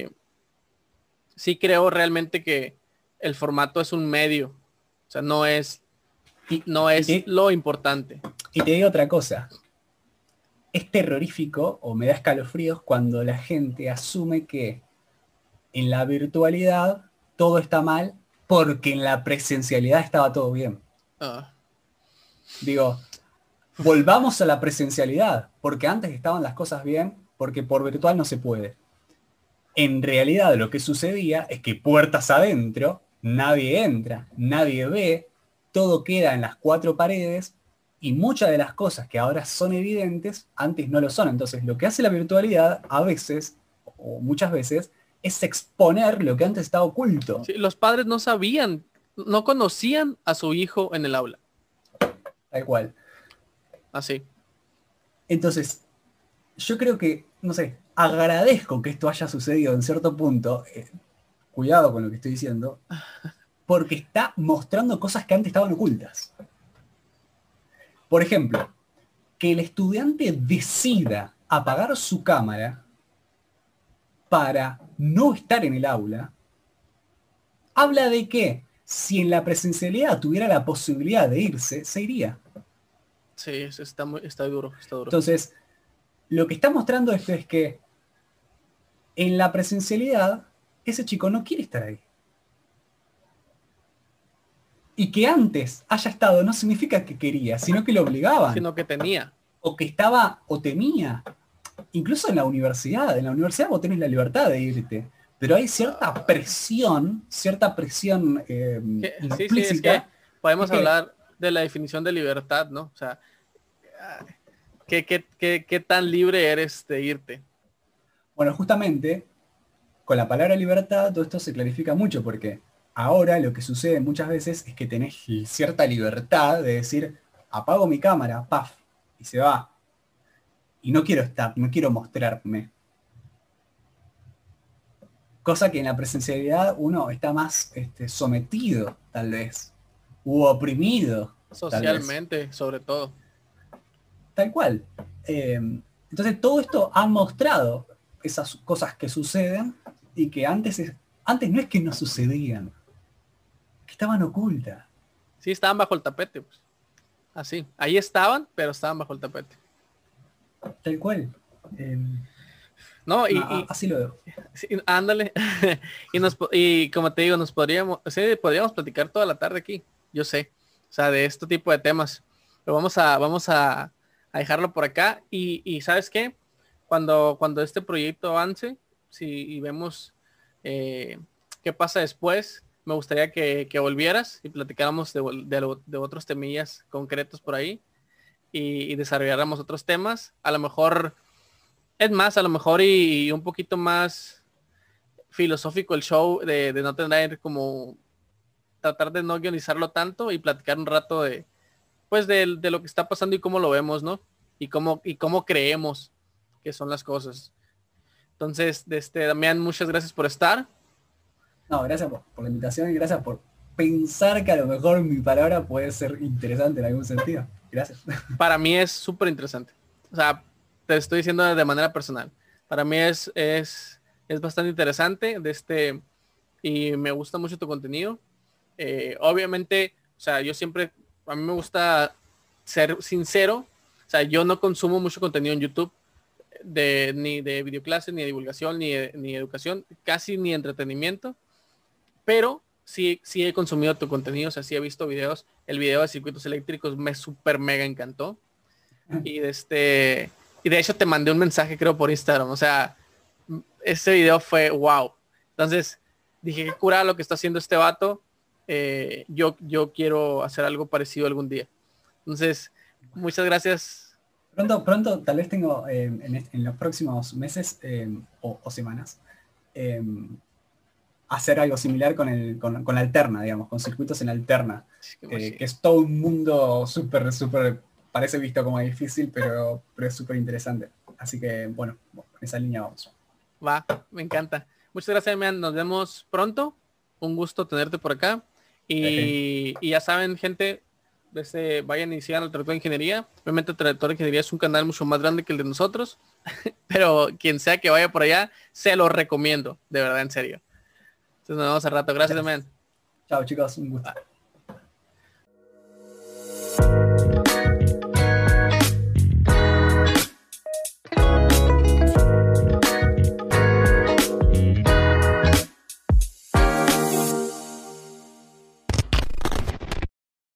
sí creo realmente que el formato es un medio. O sea, Y, no y es te, lo importante. y te digo otra cosa. Es terrorífico o me da escalofríos cuando la gente asume que en la virtualidad todo está mal porque en la presencialidad estaba todo bien. Ah, Digo, volvamos a la presencialidad, porque antes estaban las cosas bien, porque por virtual no se puede. En realidad lo que sucedía es que puertas adentro, nadie entra, nadie ve, todo queda en las cuatro paredes y muchas de las cosas que ahora son evidentes, antes no lo son. Entonces lo que hace la virtualidad a veces, o muchas veces, es exponer lo que antes estaba oculto. sí, los padres no sabían, no conocían a su hijo en el aula. Tal cual. Así. Entonces, yo creo que, no sé, agradezco que esto haya sucedido en cierto punto. Cuidado con lo que estoy diciendo, porque está mostrando cosas que antes estaban ocultas. Por ejemplo, que el estudiante decida apagar su cámara para no estar en el aula, habla de que si en la presencialidad tuviera la posibilidad de irse, se iría. Sí, está duro, está duro. Entonces, lo que está mostrando esto es que en la presencialidad, ese chico no quiere estar ahí. Y que antes haya estado no significa que quería, sino que lo obligaban. Sino que tenía. O que estaba o temía. Incluso en la universidad. En la universidad vos tenés la libertad de irte. Pero hay cierta presión Sí, sí, es que implícita. podemos Que, hablar de la definición de libertad, ¿no? O sea, ¿qué tan libre eres de irte? bueno, justamente con la palabra libertad todo esto se clarifica mucho porque ahora lo que sucede muchas veces es que tenés cierta libertad de decir, apago mi cámara, paf, y se va. Y no quiero estar, no quiero mostrarme. Cosa que en la presencialidad uno está más sometido, tal vez, u oprimido, tal vez. Socialmente, sobre todo. Tal cual. Entonces todo esto ha mostrado esas cosas que suceden y que antes no es que no sucedían, que estaban ocultas. Sí, estaban bajo el tapete, pues. Así. Ahí estaban, pero estaban bajo el tapete. Tal cual. No, Así lo veo. sí, ándale. Y como te digo, sí, podríamos platicar toda la tarde aquí. Yo sé. O sea, de este tipo de temas. Pero vamos a dejarlo por acá. Y ¿sabes qué? Cuando este proyecto avance, si y vemos qué pasa después, me gustaría que volvieras y platicáramos de otros temillas concretos por ahí y desarrolláramos otros temas. A lo mejor, es más, a lo mejor y un poquito más filosófico el show de no tener como tratar de no guionizarlo tanto y platicar un rato pues de lo que está pasando y cómo lo vemos, ¿no? Y cómo creemos que son las cosas. Entonces, Damián, muchas gracias por estar. No, gracias por la invitación y gracias pensar que a lo mejor mi palabra puede ser interesante en algún sentido. Gracias. Para mí es súper interesante. O sea, te estoy diciendo de manera personal. Para mí es bastante interesante y me gusta mucho tu contenido. Obviamente, o sea, a mí me gusta ser sincero. O sea, yo no consumo mucho contenido en YouTube, ni de videoclases, ni de divulgación, ni de educación, casi ni entretenimiento, pero sí he consumido tu contenido, o sea, sí he visto videos. El video de circuitos eléctricos me súper mega encantó. Y de hecho te mandé un mensaje, creo, por Instagram. O sea, ese video fue wow. Entonces dije, qué cura lo que está haciendo este vato. Yo quiero hacer algo parecido algún día. Entonces, muchas gracias. Pronto, tal vez tengo en los próximos meses o semanas, hacer algo similar con Alterna, digamos, con circuitos en Alterna, que es todo un mundo súper, parece visto como difícil, pero es súper interesante. Así que, bueno, en esa línea vamos. Va, me encanta. Muchas gracias, man. Nos vemos pronto. Un gusto tenerte por acá. Y ya saben, gente, vayan y sigan al Trayectoria de Ingeniería. Obviamente Trayectoria de Ingeniería es un canal mucho más grande que el de nosotros. Pero quien sea que vaya por allá, se lo recomiendo. De verdad, en serio. Entonces nos vemos al rato. Gracias, man. Chao, chicos. Un gusto.